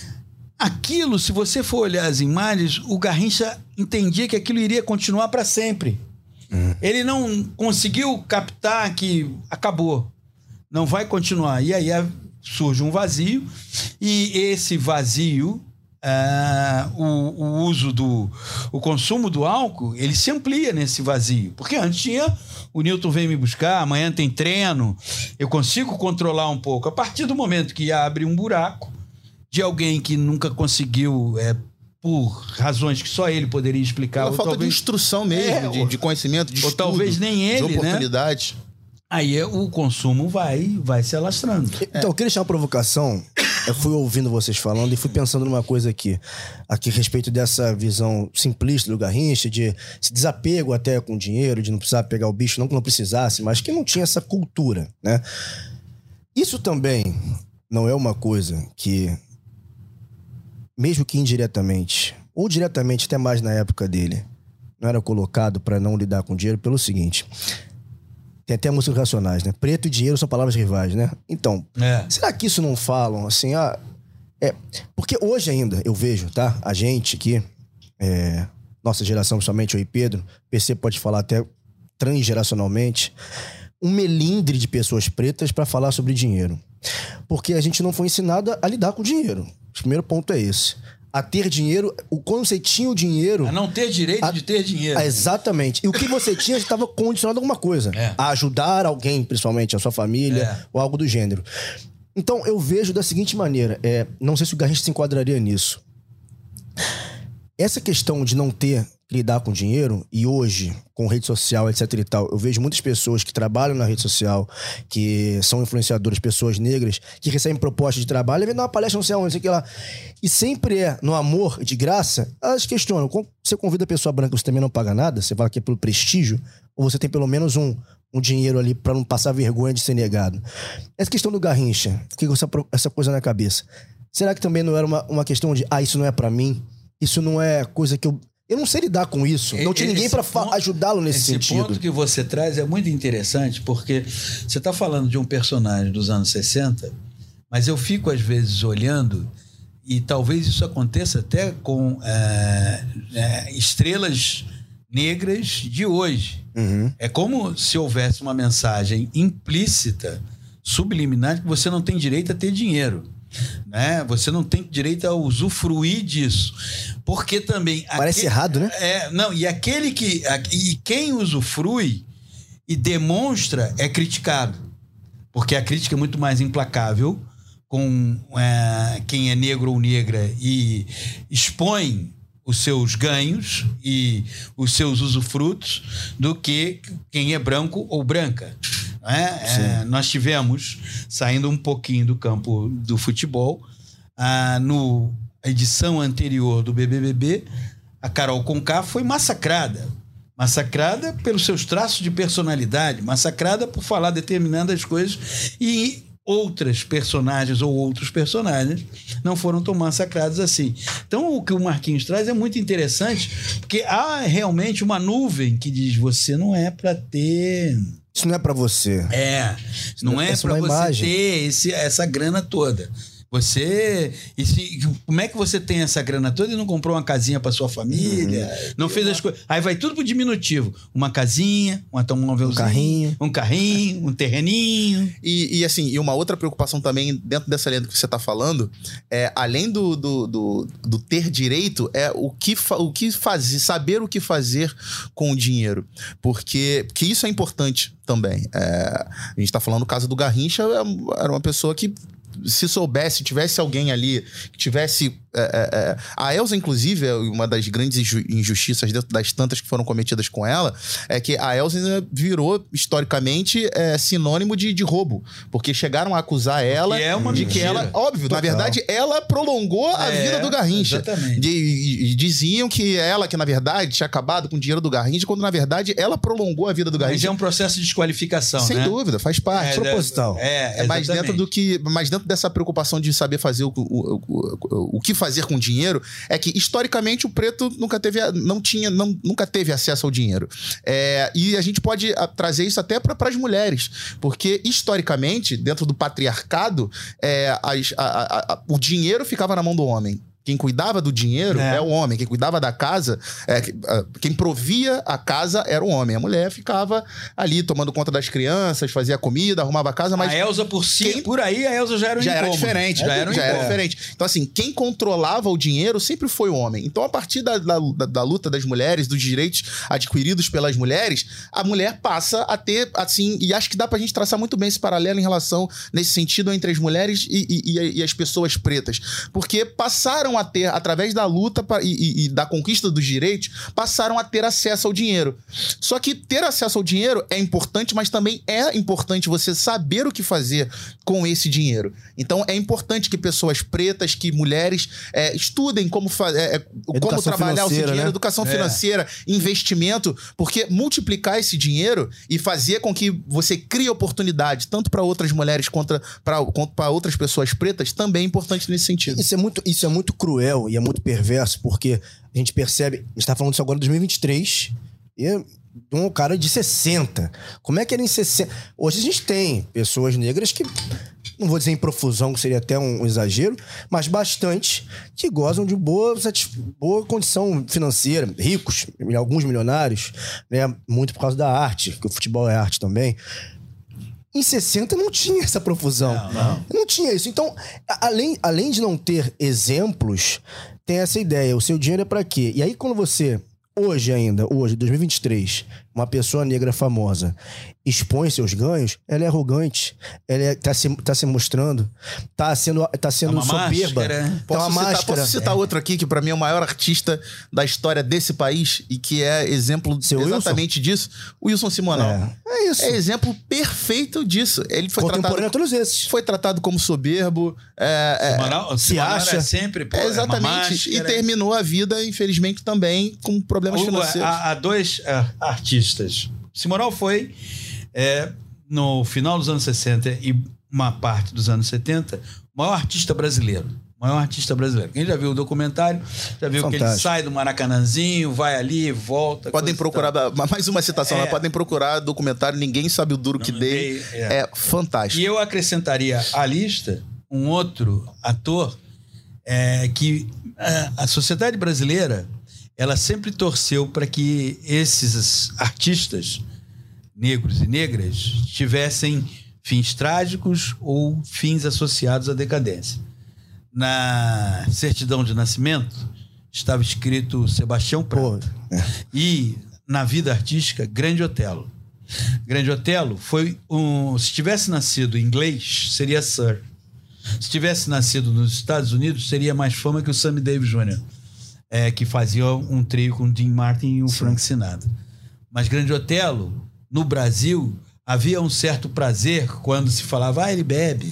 aquilo, se você for olhar as imagens, o Garrincha entendia que aquilo iria continuar para sempre. Ele não conseguiu captar que acabou, não vai continuar. E aí surge um vazio, e esse vazio... o consumo do álcool, ele se amplia nesse vazio. Porque antes tinha o Newton vem me buscar, amanhã tem treino, eu consigo controlar um pouco. A partir do momento que abre um buraco de alguém que nunca conseguiu, por razões que só ele poderia explicar. Falta talvez... de instrução mesmo, de conhecimento, de ou estudo, talvez nem ele, de oportunidade. Né? Aí o consumo vai se alastrando. Então, eu queria deixar uma provocação. Eu fui ouvindo vocês falando e fui pensando numa coisa aqui a respeito dessa visão simplista do Garrincha, de esse desapego até com dinheiro, de não precisar pegar o bicho, não que não precisasse, mas que não tinha essa cultura, né? Isso também não é uma coisa que, mesmo que indiretamente, ou diretamente até mais na época dele, não era colocado para não lidar com dinheiro pelo seguinte... Tem até músicas racionais, né? Preto e dinheiro são palavras rivais, né? Então, será que isso não falam, assim, porque hoje ainda eu vejo, tá? A gente aqui, nossa geração, principalmente eu e Pedro, PC pode falar até transgeracionalmente, um melindre de pessoas pretas para falar sobre dinheiro. Porque a gente não foi ensinado a lidar com dinheiro. O primeiro ponto é esse. A ter dinheiro, quando você tinha o dinheiro... A não ter direito de ter dinheiro. Exatamente. E o que você tinha estava condicionado a alguma coisa. A ajudar alguém, principalmente a sua família, ou algo do gênero. Então, eu vejo da seguinte maneira, não sei se o Garrincha se enquadraria nisso. Essa questão de não ter lidar com dinheiro, e hoje, com rede social, etc e tal, eu vejo muitas pessoas que trabalham na rede social, que são influenciadores, pessoas negras, que recebem propostas de trabalho, e vem dar uma palestra, não sei onde, não sei o que lá. E sempre no amor, de graça, elas questionam. Quando você convida a pessoa branca, você também não paga nada? Você fala que é pelo prestígio? Ou você tem pelo menos um dinheiro ali pra não passar vergonha de ser negado? Essa questão do Garrincha, fiquei com essa coisa na cabeça. Será que também não era uma questão de, isso não é pra mim? Isso não é coisa que eu não sei lidar com isso. Não tinha ninguém para ajudá-lo nesse sentido. Esse ponto que você traz é muito interessante, porque você está falando de um personagem dos anos 60, mas eu fico, às vezes, olhando, e talvez isso aconteça até com estrelas negras de hoje. Uhum. É como se houvesse uma mensagem implícita, subliminar, que você não tem direito a ter dinheiro. Né? Você não tem direito a usufruir disso, porque também parece errado, né? E quem usufrui e demonstra é criticado, porque a crítica é muito mais implacável com quem é negro ou negra e expõe os seus ganhos e os seus usufrutos do que quem é branco ou branca. Nós tivemos, saindo um pouquinho do campo do futebol, no edição anterior do BBB, a Carol Conká foi massacrada pelos seus traços de personalidade, massacrada por falar determinadas coisas, e outras personagens ou outros personagens não foram tão massacrados assim. Então, o que o Marquinhos traz é muito interessante, porque há realmente uma nuvem que diz: você não é para ter... Isso não é pra você. Não é pra você ter essa grana toda. Como é que você tem essa grana toda e não comprou uma casinha pra sua família? Não fez as coisas. Aí vai tudo pro diminutivo. Uma casinha, um automóvelzinho, um carrinho, um terreninho. E uma outra preocupação também dentro dessa linha que você tá falando, além do ter direito, o que fazer, saber o que fazer com o dinheiro. Porque isso é importante também. A gente tá falando do caso do Garrincha, era uma pessoa que, se soubesse, tivesse alguém ali que tivesse... a Elza, inclusive, uma das grandes injustiças dentro das tantas que foram cometidas com ela, é que a Elza virou, historicamente, sinônimo de roubo. Porque chegaram a acusar ela de que ela... Óbvio, na verdade, ela prolongou a vida do Garrincha. Exatamente. E diziam que ela, que na verdade, tinha acabado com o dinheiro do Garrincha, quando na verdade ela prolongou a vida do Garrincha. Mas é um processo de desqualificação, Sem dúvida, faz parte. Proposital. Mais dentro dessa preocupação de saber fazer o que fazer com dinheiro, é que historicamente o preto nunca teve acesso ao dinheiro. E a gente pode trazer isso até para as mulheres, porque historicamente, dentro do patriarcado, o dinheiro ficava na mão do homem. Quem cuidava do dinheiro é o homem. Quem cuidava da casa, quem provia a casa era o homem. A mulher ficava ali tomando conta das crianças, fazia comida, arrumava a casa, mas... A Elza por aí, a Elza já era diferente. Já era diferente. Então, assim, quem controlava o dinheiro sempre foi o homem. Então, a partir da luta das mulheres, dos direitos adquiridos pelas mulheres, a mulher passa a ter, assim... E acho que dá pra gente traçar muito bem esse paralelo em relação, nesse sentido, entre as mulheres e as pessoas pretas. Porque passaram a ter, através da luta e da conquista dos direitos, passaram a ter acesso ao dinheiro. Só que ter acesso ao dinheiro é importante, mas também é importante você saber o que fazer com esse dinheiro. Então, é importante que pessoas pretas, que mulheres estudem como trabalhar o seu dinheiro, né? Educação financeira, investimento, porque multiplicar esse dinheiro e fazer com que você crie oportunidade, tanto para outras mulheres quanto para outras pessoas pretas, também é importante nesse sentido. Isso é muito cruel e é muito perverso, porque a gente percebe... A gente está falando disso agora em 2023 e de um cara de 60. Como é que era em 60? Hoje a gente tem pessoas negras que, não vou dizer em profusão, que seria até um exagero, mas bastante, que gozam de boa condição financeira, ricos, alguns milionários, né? Muito por causa da arte, que o futebol é arte também. Em 60 não tinha essa profusão. Não tinha isso. Então, além de não ter exemplos, tem essa ideia. O seu dinheiro é pra quê? E aí, quando você, hoje, 2023, uma pessoa negra famosa expõe seus ganhos, ela é arrogante, ela tá se mostrando, tá sendo soberba. Posso citar outro aqui que pra mim é o maior artista da história desse país e que é exemplo exatamente disso, o Wilson Simonal. É isso. É exemplo perfeito disso. Ele foi contemporâneo a todos esses. Foi tratado como soberbo. Se acha sempre, pô, exatamente. E terminou a vida, infelizmente, também com problemas financeiros. Há dois artistas. Simonal foi, no final dos anos 60 e uma parte dos anos 70, o maior artista brasileiro. Quem já viu o documentário, já viu que ele sai do Maracanãzinho, vai ali, volta. Podem procurar, mais uma citação, né? Podem procurar documentário Ninguém Sabe o Duro que Dei. É fantástico. E eu acrescentaria à lista um outro ator que a sociedade brasileira, ela sempre torceu para que esses artistas negros e negras tivessem fins trágicos ou fins associados à decadência. Na certidão de nascimento estava escrito Sebastião Prata. E na vida artística, Grande Otelo. Grande Otelo foi se tivesse nascido em inglês, seria Sir. Se tivesse nascido nos Estados Unidos, seria mais fama que o Sammy Davis Jr., que fazia um trio com o Dean Martin e o Frank Sinatra. Mas Grande Otelo, no Brasil, havia um certo prazer quando se falava, ele bebe,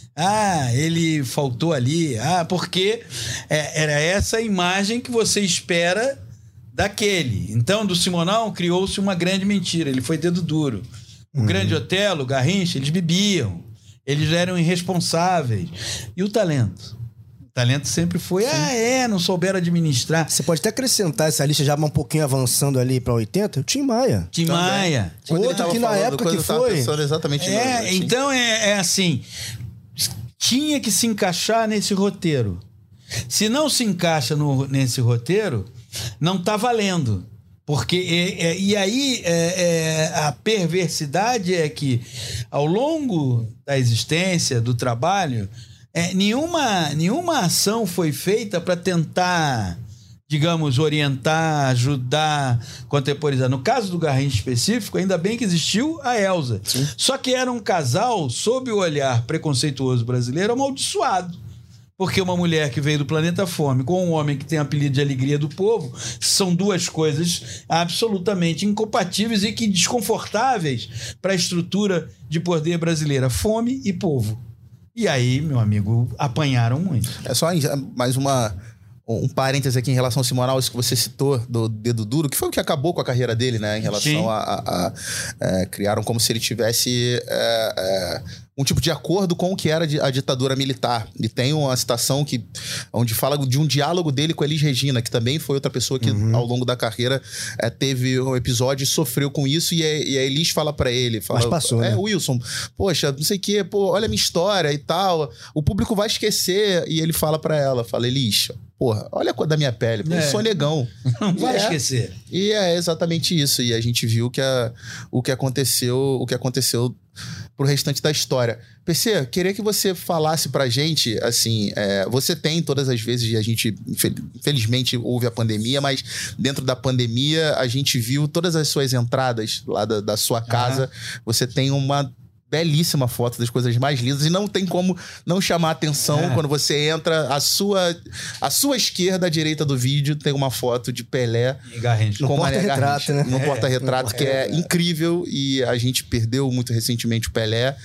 ele faltou ali, porque era essa imagem que você espera daquele. Então, do Simonal criou-se uma grande mentira, ele foi dedo duro. O Grande Otelo, o Garrincha, eles bebiam, eles eram irresponsáveis. E o talento? O talento sempre foi, não souberam administrar. Você pode até acrescentar essa lista já um pouquinho avançando ali para 80, o Tim Maia. Tim Maia. Outro que na época que foi... Exatamente então assim, tinha que se encaixar nesse roteiro. Se não se encaixa nesse roteiro, não tá valendo. Porque, e aí, a perversidade é que, ao longo da existência, do trabalho, nenhuma ação foi feita para tentar, digamos, orientar, ajudar, contemporizar. No caso do Garrincha específico, ainda bem que existiu a Elza. Sim. Só que era um casal, sob o olhar preconceituoso brasileiro, amaldiçoado. Porque uma mulher que veio do planeta Fome com um homem que tem o apelido de Alegria do Povo são duas coisas absolutamente incompatíveis e que desconfortáveis para a estrutura de poder brasileira. Fome e povo. E aí, meu amigo, apanharam muito. É só mais um parêntese aqui em relação ao Simonal, isso que você citou do dedo duro, que foi o que acabou com a carreira dele, né? Em relação criaram como se ele tivesse um tipo de acordo com o que era a ditadura militar. E tem uma citação onde fala de um diálogo dele com a Elis Regina, que também foi outra pessoa que ao longo da carreira teve um episódio e sofreu com isso, e a Elis fala pra ele, mas passou, né? Wilson, poxa, não sei o quê, olha a minha história e tal, o público vai esquecer. E ele fala pra ela, Elis, porra, olha a cor da minha pele, eu sou negão. Não vai esquecer. E é exatamente isso. E a gente viu o que aconteceu pro restante da história. PC, queria que você falasse pra gente, assim, você tem todas as vezes, a gente, infelizmente, houve a pandemia, mas dentro da pandemia a gente viu todas as suas entradas lá da sua casa. Você tem uma belíssima foto das coisas mais lindas e não tem como não chamar a atenção quando você entra à sua esquerda, à direita do vídeo, tem uma foto de Pelé e Garrincha. No porta-retrato, né? No porta-retrato, que é incrível, e a gente perdeu muito recentemente o Pelé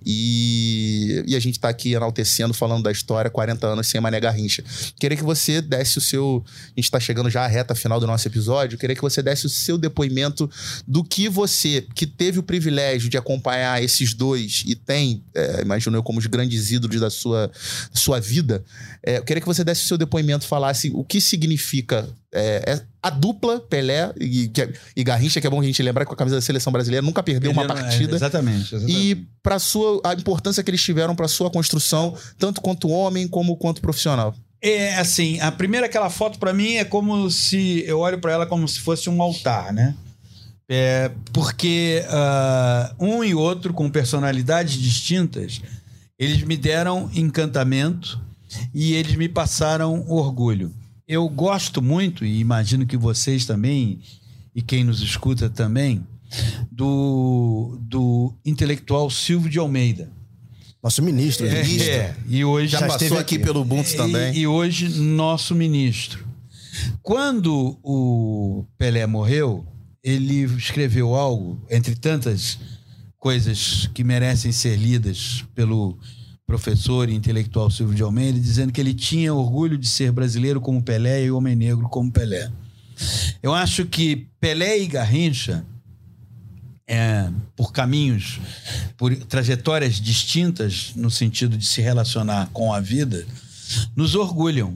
e a gente tá aqui enaltecendo, falando da história, 40 anos sem Mané Garrincha. Queria que você desse a gente tá chegando já à reta final do nosso episódio, queria que você desse o seu depoimento do que você, que teve o privilégio de acompanhar esses dois e tem, imagino eu, como os grandes ídolos da sua vida, eu queria que você desse o seu depoimento, falasse o que significa a dupla Pelé e Garrincha, que é bom a gente lembrar que com a camisa da seleção brasileira nunca perdeu uma partida. Exatamente. E a importância que eles tiveram para sua construção, tanto quanto homem como quanto profissional. Assim, aquela foto para mim é como se eu olho para ela como se fosse um altar, né? Porque um e outro, com personalidades distintas, eles me deram encantamento e eles me passaram orgulho. Eu gosto muito, e imagino que vocês também, e quem nos escuta também, do intelectual Silvio de Almeida. Nosso ministro. E hoje já passou aqui pelo Ubuntu também. E hoje, nosso ministro. Quando o Pelé morreu, ele escreveu algo, entre tantas coisas que merecem ser lidas pelo professor e intelectual Silvio de Almeida, dizendo que ele tinha orgulho de ser brasileiro como Pelé e homem negro como Pelé. Eu acho que Pelé e Garrincha, por caminhos, por trajetórias distintas no sentido de se relacionar com a vida, nos orgulham.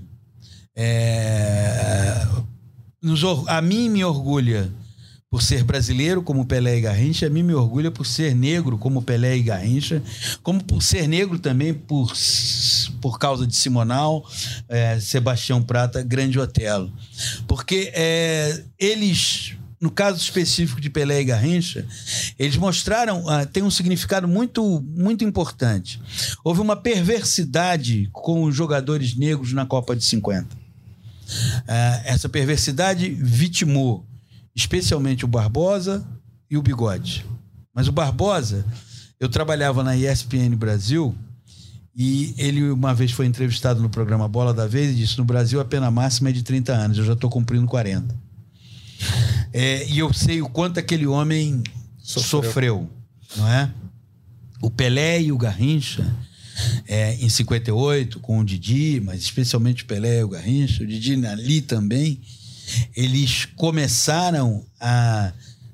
A mim me orgulha por ser brasileiro como Pelé e Garrincha, a mim me orgulha por ser negro como Pelé e Garrincha, como por ser negro também por causa de Simonal, Sebastião Prata, Grande Otelo. Porque eles, no caso específico de Pelé e Garrincha, eles mostraram, tem um significado muito, muito importante. Houve uma perversidade com os jogadores negros na Copa de 50. Essa perversidade vitimou especialmente o Barbosa e o Bigode. Mas o Barbosa, eu trabalhava na ESPN Brasil e ele uma vez foi entrevistado no programa Bola da Vez e disse: no Brasil a pena máxima é de 30 anos, eu já estou cumprindo 40. E eu sei o quanto aquele homem sofreu, não é? O Pelé e o Garrincha, em 58, com o Didi, mas especialmente o Pelé e o Garrincha, o Didi ali também, eles começaram a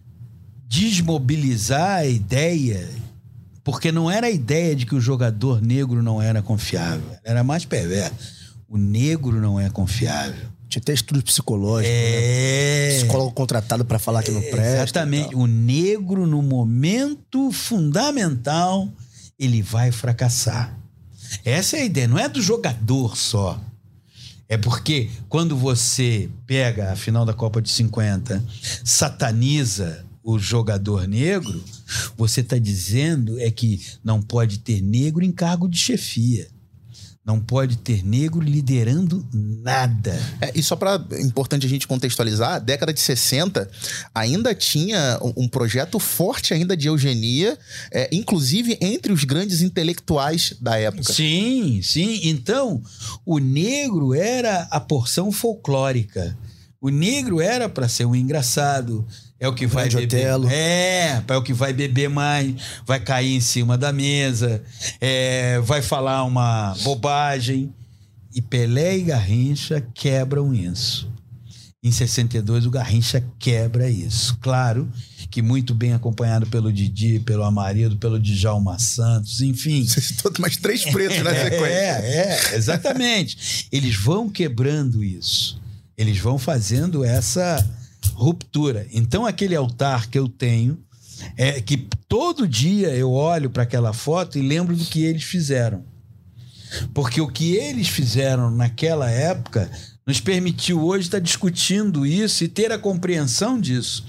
desmobilizar a ideia, porque não era a ideia de que o jogador negro não era confiável, era mais perverso. O negro não é confiável. Tinha até estudo psicológico, né? Psicólogo contratado para falar que não presta. Exatamente. O negro, no momento fundamental, ele vai fracassar. Essa é a ideia. Não é do jogador só. É porque quando você pega a final da Copa de 50, sataniza o jogador negro, você está dizendo que não pode ter negro em cargo de chefia. Não pode ter negro liderando nada. E só importante a gente contextualizar, a década de 60 ainda tinha um projeto forte ainda de eugenia, inclusive entre os grandes intelectuais da época. Sim, sim. Então, o negro era a porção folclórica. O negro era para ser um engraçado. É o que vai beber. É o que vai beber mais, vai cair em cima da mesa, vai falar uma bobagem. E Pelé e Garrincha quebram isso. Em 62, o Garrincha quebra isso. Claro que muito bem acompanhado pelo Didi, pelo Amarildo, pelo Djalma Santos, enfim. Você citou mais 3 pretos na sequência. Exatamente. Eles vão quebrando isso. Eles vão fazendo essa ruptura. Então, aquele altar que eu tenho, que todo dia eu olho para aquela foto e lembro do que eles fizeram. Porque o que eles fizeram naquela época nos permitiu hoje estar discutindo isso e ter a compreensão disso.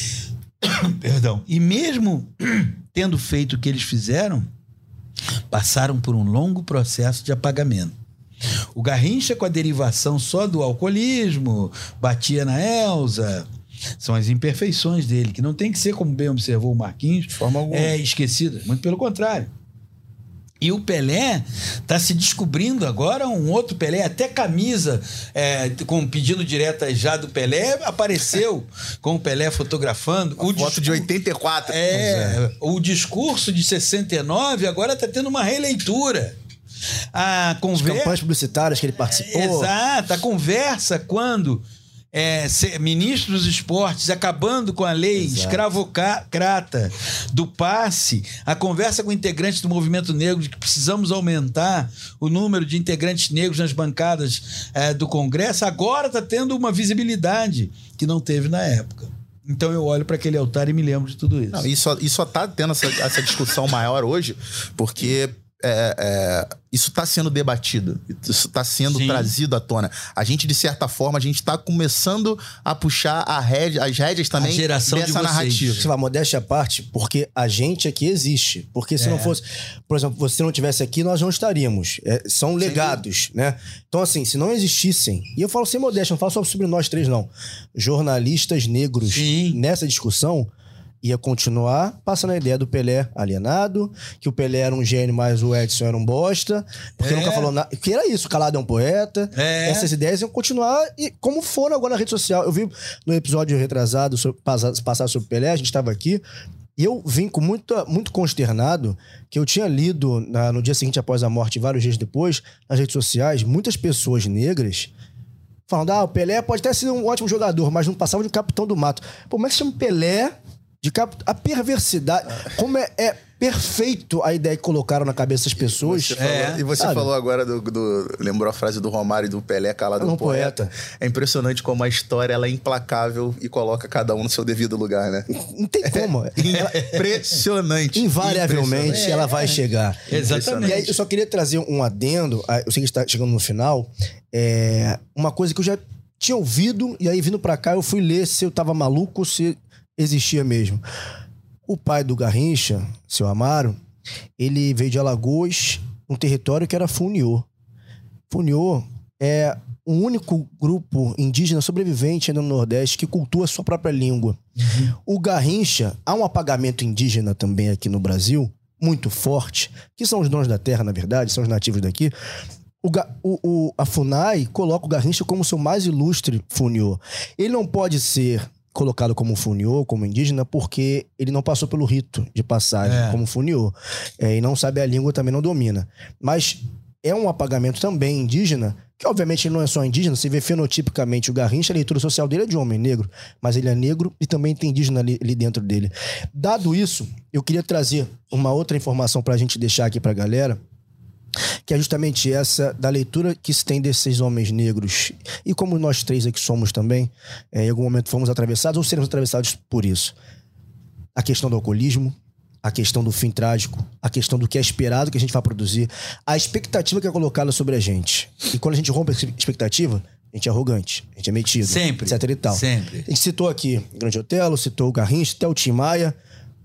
Perdão. E mesmo tendo feito o que eles fizeram, passaram por um longo processo de apagamento. O Garrincha, com a derivação só do alcoolismo, batia na Elza, são as imperfeições dele, que não tem que ser, como bem observou o Marquinhos, de forma alguma, esquecida, muito pelo contrário. E o Pelé está se descobrindo agora um outro Pelé, até camisa com pedido diretas já do Pelé apareceu, com o Pelé fotografando. O foto de 84. O discurso de 69 agora está tendo uma releitura. As campanhas publicitárias que ele participou. Exato, a conversa quando ministro dos esportes acabando com a lei escravocrata do passe, a conversa com integrantes do movimento negro de que precisamos aumentar o número de integrantes negros nas bancadas do Congresso, agora está tendo uma visibilidade que não teve na época. Então eu olho para aquele altar e me lembro de tudo isso. Não, e só tá tendo essa discussão maior hoje porque isso está sendo debatido, isso está sendo trazido à tona. A gente, de certa forma, a gente está começando a puxar as rédeas também dessa narrativa. Você vai, modéstia à parte, porque a gente aqui existe. Porque se não fosse... Por exemplo, você não estivesse aqui, nós não estaríamos. São legados, né? Então, assim, se não existissem... E eu falo sem modéstia, não falo só sobre nós três, não. Jornalistas negros nessa discussão... ia continuar passando a ideia do Pelé alienado, que o Pelé era um gênio, mas o Edson era um bosta, porque nunca falou nada. Que era isso, calado é um poeta. Essas ideias iam continuar, e como foram agora na rede social. Eu vi no episódio retrasado, passar sobre o Pelé, a gente estava aqui, e eu vim com muito consternado, que eu tinha lido no dia seguinte após a morte, vários dias depois, nas redes sociais, muitas pessoas negras falando, o Pelé pode até ser um ótimo jogador, mas não passava de capitão do mato. Pô, como é que chama Pelé? A perversidade, como é perfeito a ideia que colocaram na cabeça das pessoas. E você falou agora lembrou a frase do Romário e do Pelé, calado um poeta. É impressionante como a história ela é implacável e coloca cada um no seu devido lugar, né? Não tem como. Impressionante. Invariavelmente ela vai chegar. Exatamente. E aí eu só queria trazer um adendo, eu sei que está chegando no final, uma coisa que eu já tinha ouvido, e aí vindo pra cá eu fui ler se eu tava maluco ou se existia mesmo. O pai do Garrincha, seu Amaro, ele veio de Alagoas, um território que era Funiô. Funiô é o único grupo indígena sobrevivente ainda no Nordeste que cultua a sua própria língua. O Garrincha, há um apagamento indígena também aqui no Brasil, muito forte, que são os donos da terra, na verdade, são os nativos daqui. A FUNAI coloca o Garrincha como seu mais ilustre Funiô. Ele não pode ser colocado como Funiô, como indígena, porque ele não passou pelo rito de passagem como Funiô. E não sabe a língua, também não domina. Mas é um apagamento também indígena, que obviamente ele não é só indígena, você vê fenotipicamente o Garrincha, a leitura social dele é de homem negro, mas ele é negro e também tem indígena ali dentro dele. Dado isso, eu queria trazer uma outra informação pra gente deixar aqui pra galera, que é justamente essa da leitura que se tem desses homens negros. E como nós três aqui somos também, em algum momento fomos atravessados ou seremos atravessados por isso. A questão do alcoolismo, a questão do fim trágico, a questão do que é esperado que a gente vai produzir, a expectativa que é colocada sobre a gente. E quando a gente rompe essa expectativa, a gente é arrogante, a gente é metido, sempre, etc e tal. Sempre. A gente citou aqui o Grande Otelo, citou o Garrincha, até o Tim Maia,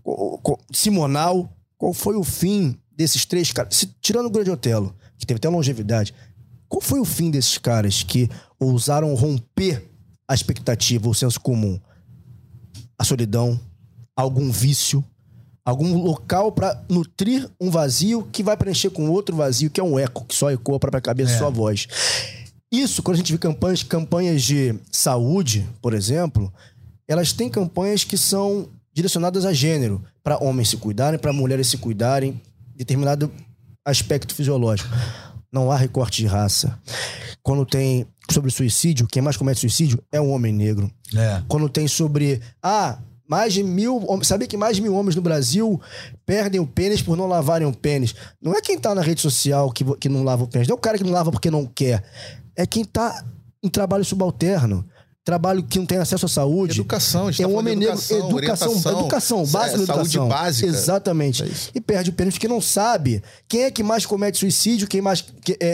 Simonal. Qual foi o fim desses três caras? Tirando o Grande Otelo, que teve até longevidade, qual foi o fim desses caras que ousaram romper a expectativa, o senso comum? A solidão, algum vício, algum local para nutrir um vazio que vai preencher com outro vazio, que é um eco, que só ecoa a própria cabeça e sua voz. Isso, quando a gente vê campanhas de saúde, por exemplo, elas têm campanhas que são direcionadas a gênero, para homens se cuidarem, para mulheres se cuidarem, determinado aspecto fisiológico. Não há recorte de raça. Quando tem sobre suicídio, quem mais comete suicídio é um homem negro. Quando tem sobre... mais de 1.000... Sabia que mais de 1.000 homens no Brasil perdem o pênis por não lavarem o pênis? Não é quem tá na rede social que não lava o pênis. Não é o cara que não lava porque não quer. É quem tá em trabalho subalterno. Trabalho que não tem acesso à saúde. Educação, é um homem negro. Educação, básica da educação. Saúde básica. Exatamente. E perde o pênis porque não sabe quem é que mais comete suicídio, quem mais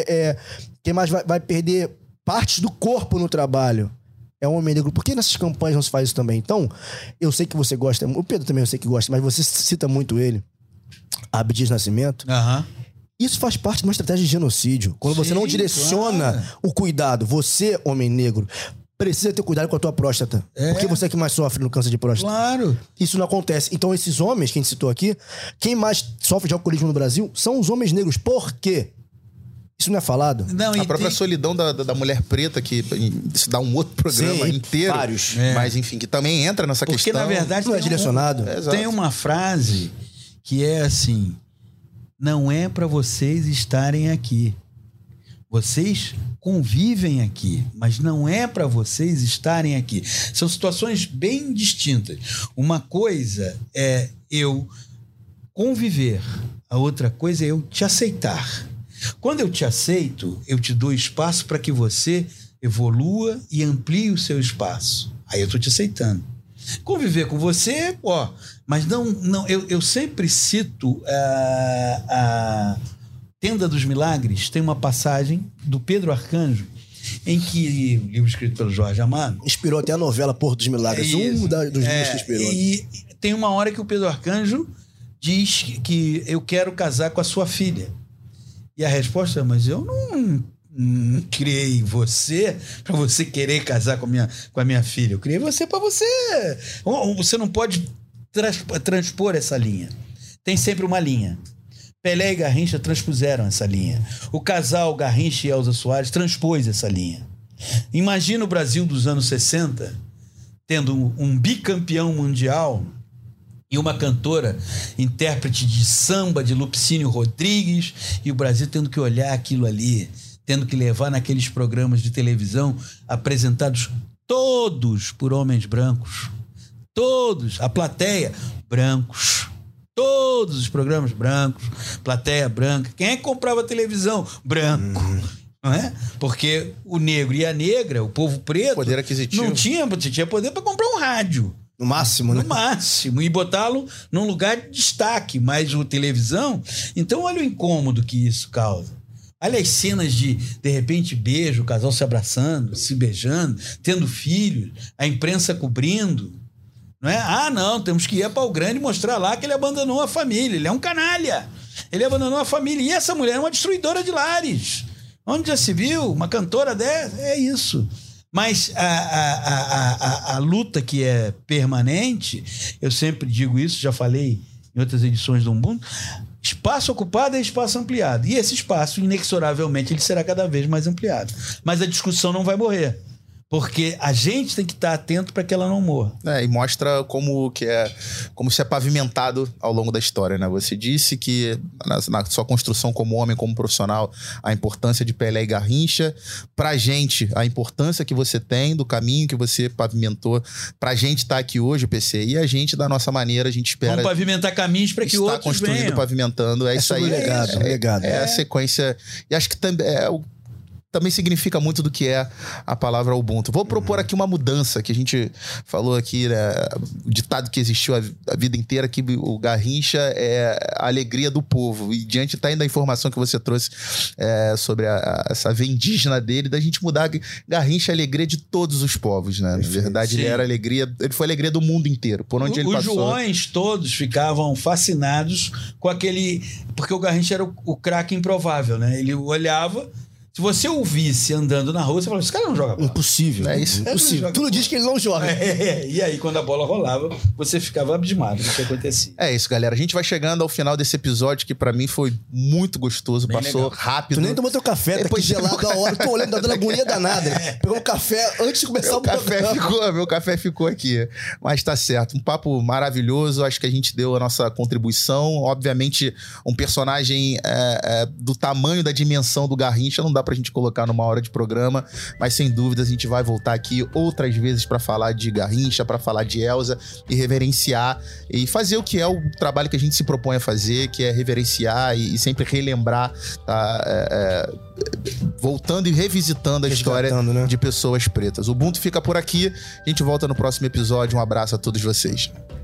vai perder partes do corpo no trabalho. É um homem negro. Por que nessas campanhas não se faz isso também? Então, eu sei que você gosta, o Pedro também eu sei que gosta, mas você cita muito ele, Abdias Nascimento. Isso faz parte de uma estratégia de genocídio. Quando você não direciona o cuidado, você, homem negro, precisa ter cuidado com a tua próstata. Porque você é que mais sofre no câncer de próstata. Claro. Isso não acontece. Então, esses homens que a gente citou aqui, quem mais sofre de alcoolismo no Brasil são os homens negros. Por quê? Isso não é falado? Não, a própria solidão da mulher preta, que isso dá um outro programa inteiro. Vários. Mas, enfim, que também entra nessa questão. Porque, na verdade, não é direcionado. Tem uma frase que é assim: não é pra vocês estarem aqui. Vocês convivem aqui, mas não é para vocês estarem aqui. São situações bem distintas. Uma coisa é eu conviver, a outra coisa é eu te aceitar. Quando eu te aceito, eu te dou espaço para que você evolua e amplie o seu espaço. Aí eu tô te aceitando. Conviver com você, mas não, eu sempre cito a Tenda dos Milagres. Tem uma passagem do Pedro Arcanjo, em que, livro escrito pelo Jorge Amado, inspirou até a novela Porto dos Milagres, dos livros que inspirou. E tem uma hora que o Pedro Arcanjo diz que eu quero casar com a sua filha. E a resposta é: mas eu não criei você para você querer casar com a minha filha. Eu criei você para você. Você não pode transpor essa linha. Tem sempre uma linha. Pelé e Garrincha transpuseram essa linha. O casal Garrincha e Elza Soares transpôs essa linha. Imagina o Brasil dos anos 60 tendo um bicampeão mundial e uma cantora, intérprete de samba de Lupicínio Rodrigues, e o Brasil tendo que olhar aquilo ali, tendo que levar naqueles programas de televisão apresentados todos por homens brancos. Todos, a plateia, brancos. Todos os programas brancos, plateia branca. Quem é que comprava televisão? Branco. Não é? Porque o negro e a negra, o povo preto, poder aquisitivo, não tinha poder para comprar um rádio. No máximo, né? No máximo. E botá-lo num lugar de destaque. Mas o televisão... Então, olha o incômodo que isso causa. Olha as cenas de repente, beijo, o casal se abraçando, se beijando, tendo filhos, a imprensa cobrindo. Não é? Ah, não, temos que ir a Pau Grande mostrar lá que ele abandonou a família. Ele é um canalha. Ele abandonou a família. E essa mulher é uma destruidora de lares. Onde já se viu? Uma cantora dessa? É isso. Mas a luta que é permanente, eu sempre digo isso, já falei em outras edições do Ubuntu, espaço ocupado é espaço ampliado. E esse espaço, inexoravelmente, ele será cada vez mais ampliado. Mas a discussão não vai morrer. Porque a gente tem que estar atento para que ela não morra. E mostra como se é pavimentado ao longo da história, né? Você disse que na sua construção como homem, como profissional, a importância de Pelé e Garrincha. Pra gente, a importância que você tem do caminho que você pavimentou. Pra gente estar aqui hoje, PC, e a gente, da nossa maneira, a gente espera... Vamos pavimentar caminhos para que outros venham. Está construindo, pavimentando. É isso aí. Legado. É a sequência. E acho que também significa muito do que é a palavra Ubuntu. Vou propor aqui uma mudança, que a gente falou aqui, né? O ditado que existiu a vida inteira, que o Garrincha é a alegria do povo. E diante tá ainda a informação que você trouxe sobre essa veia indígena dele, da gente mudar. Garrincha é a alegria de todos os povos, né? Na verdade, ele foi a alegria do mundo inteiro, por onde ele passou. Os Joões todos ficavam fascinados com aquele... Porque o Garrincha era o craque improvável, né? Ele olhava... Se você o visse andando na rua, você falava, esse cara não joga bola. Impossível. É isso. Impossível. Tudo diz que ele não joga. E aí, quando a bola rolava, você ficava abismado do que acontecia. É isso, galera. A gente vai chegando ao final desse episódio, que pra mim foi muito gostoso. Bem passou legal. Rápido. Tu nem tomou teu café, tá aqui gelado a hora. Tô olhando, tá dando agonia danada. Pegou um café antes de começar o programa. Meu café ficou aqui. Mas tá certo. Um papo maravilhoso. Acho que a gente deu a nossa contribuição. Obviamente, um personagem do tamanho, da dimensão do Garrincha não dá pra gente colocar numa hora de programa, mas sem dúvidas a gente vai voltar aqui outras vezes pra falar de Garrincha, pra falar de Elza e reverenciar e fazer o que é o trabalho que a gente se propõe a fazer, que é reverenciar e sempre relembrar, tá? Voltando e revisitando a história, né, de pessoas pretas. O Ubuntu fica por aqui, a gente volta no próximo episódio. Um abraço a todos vocês.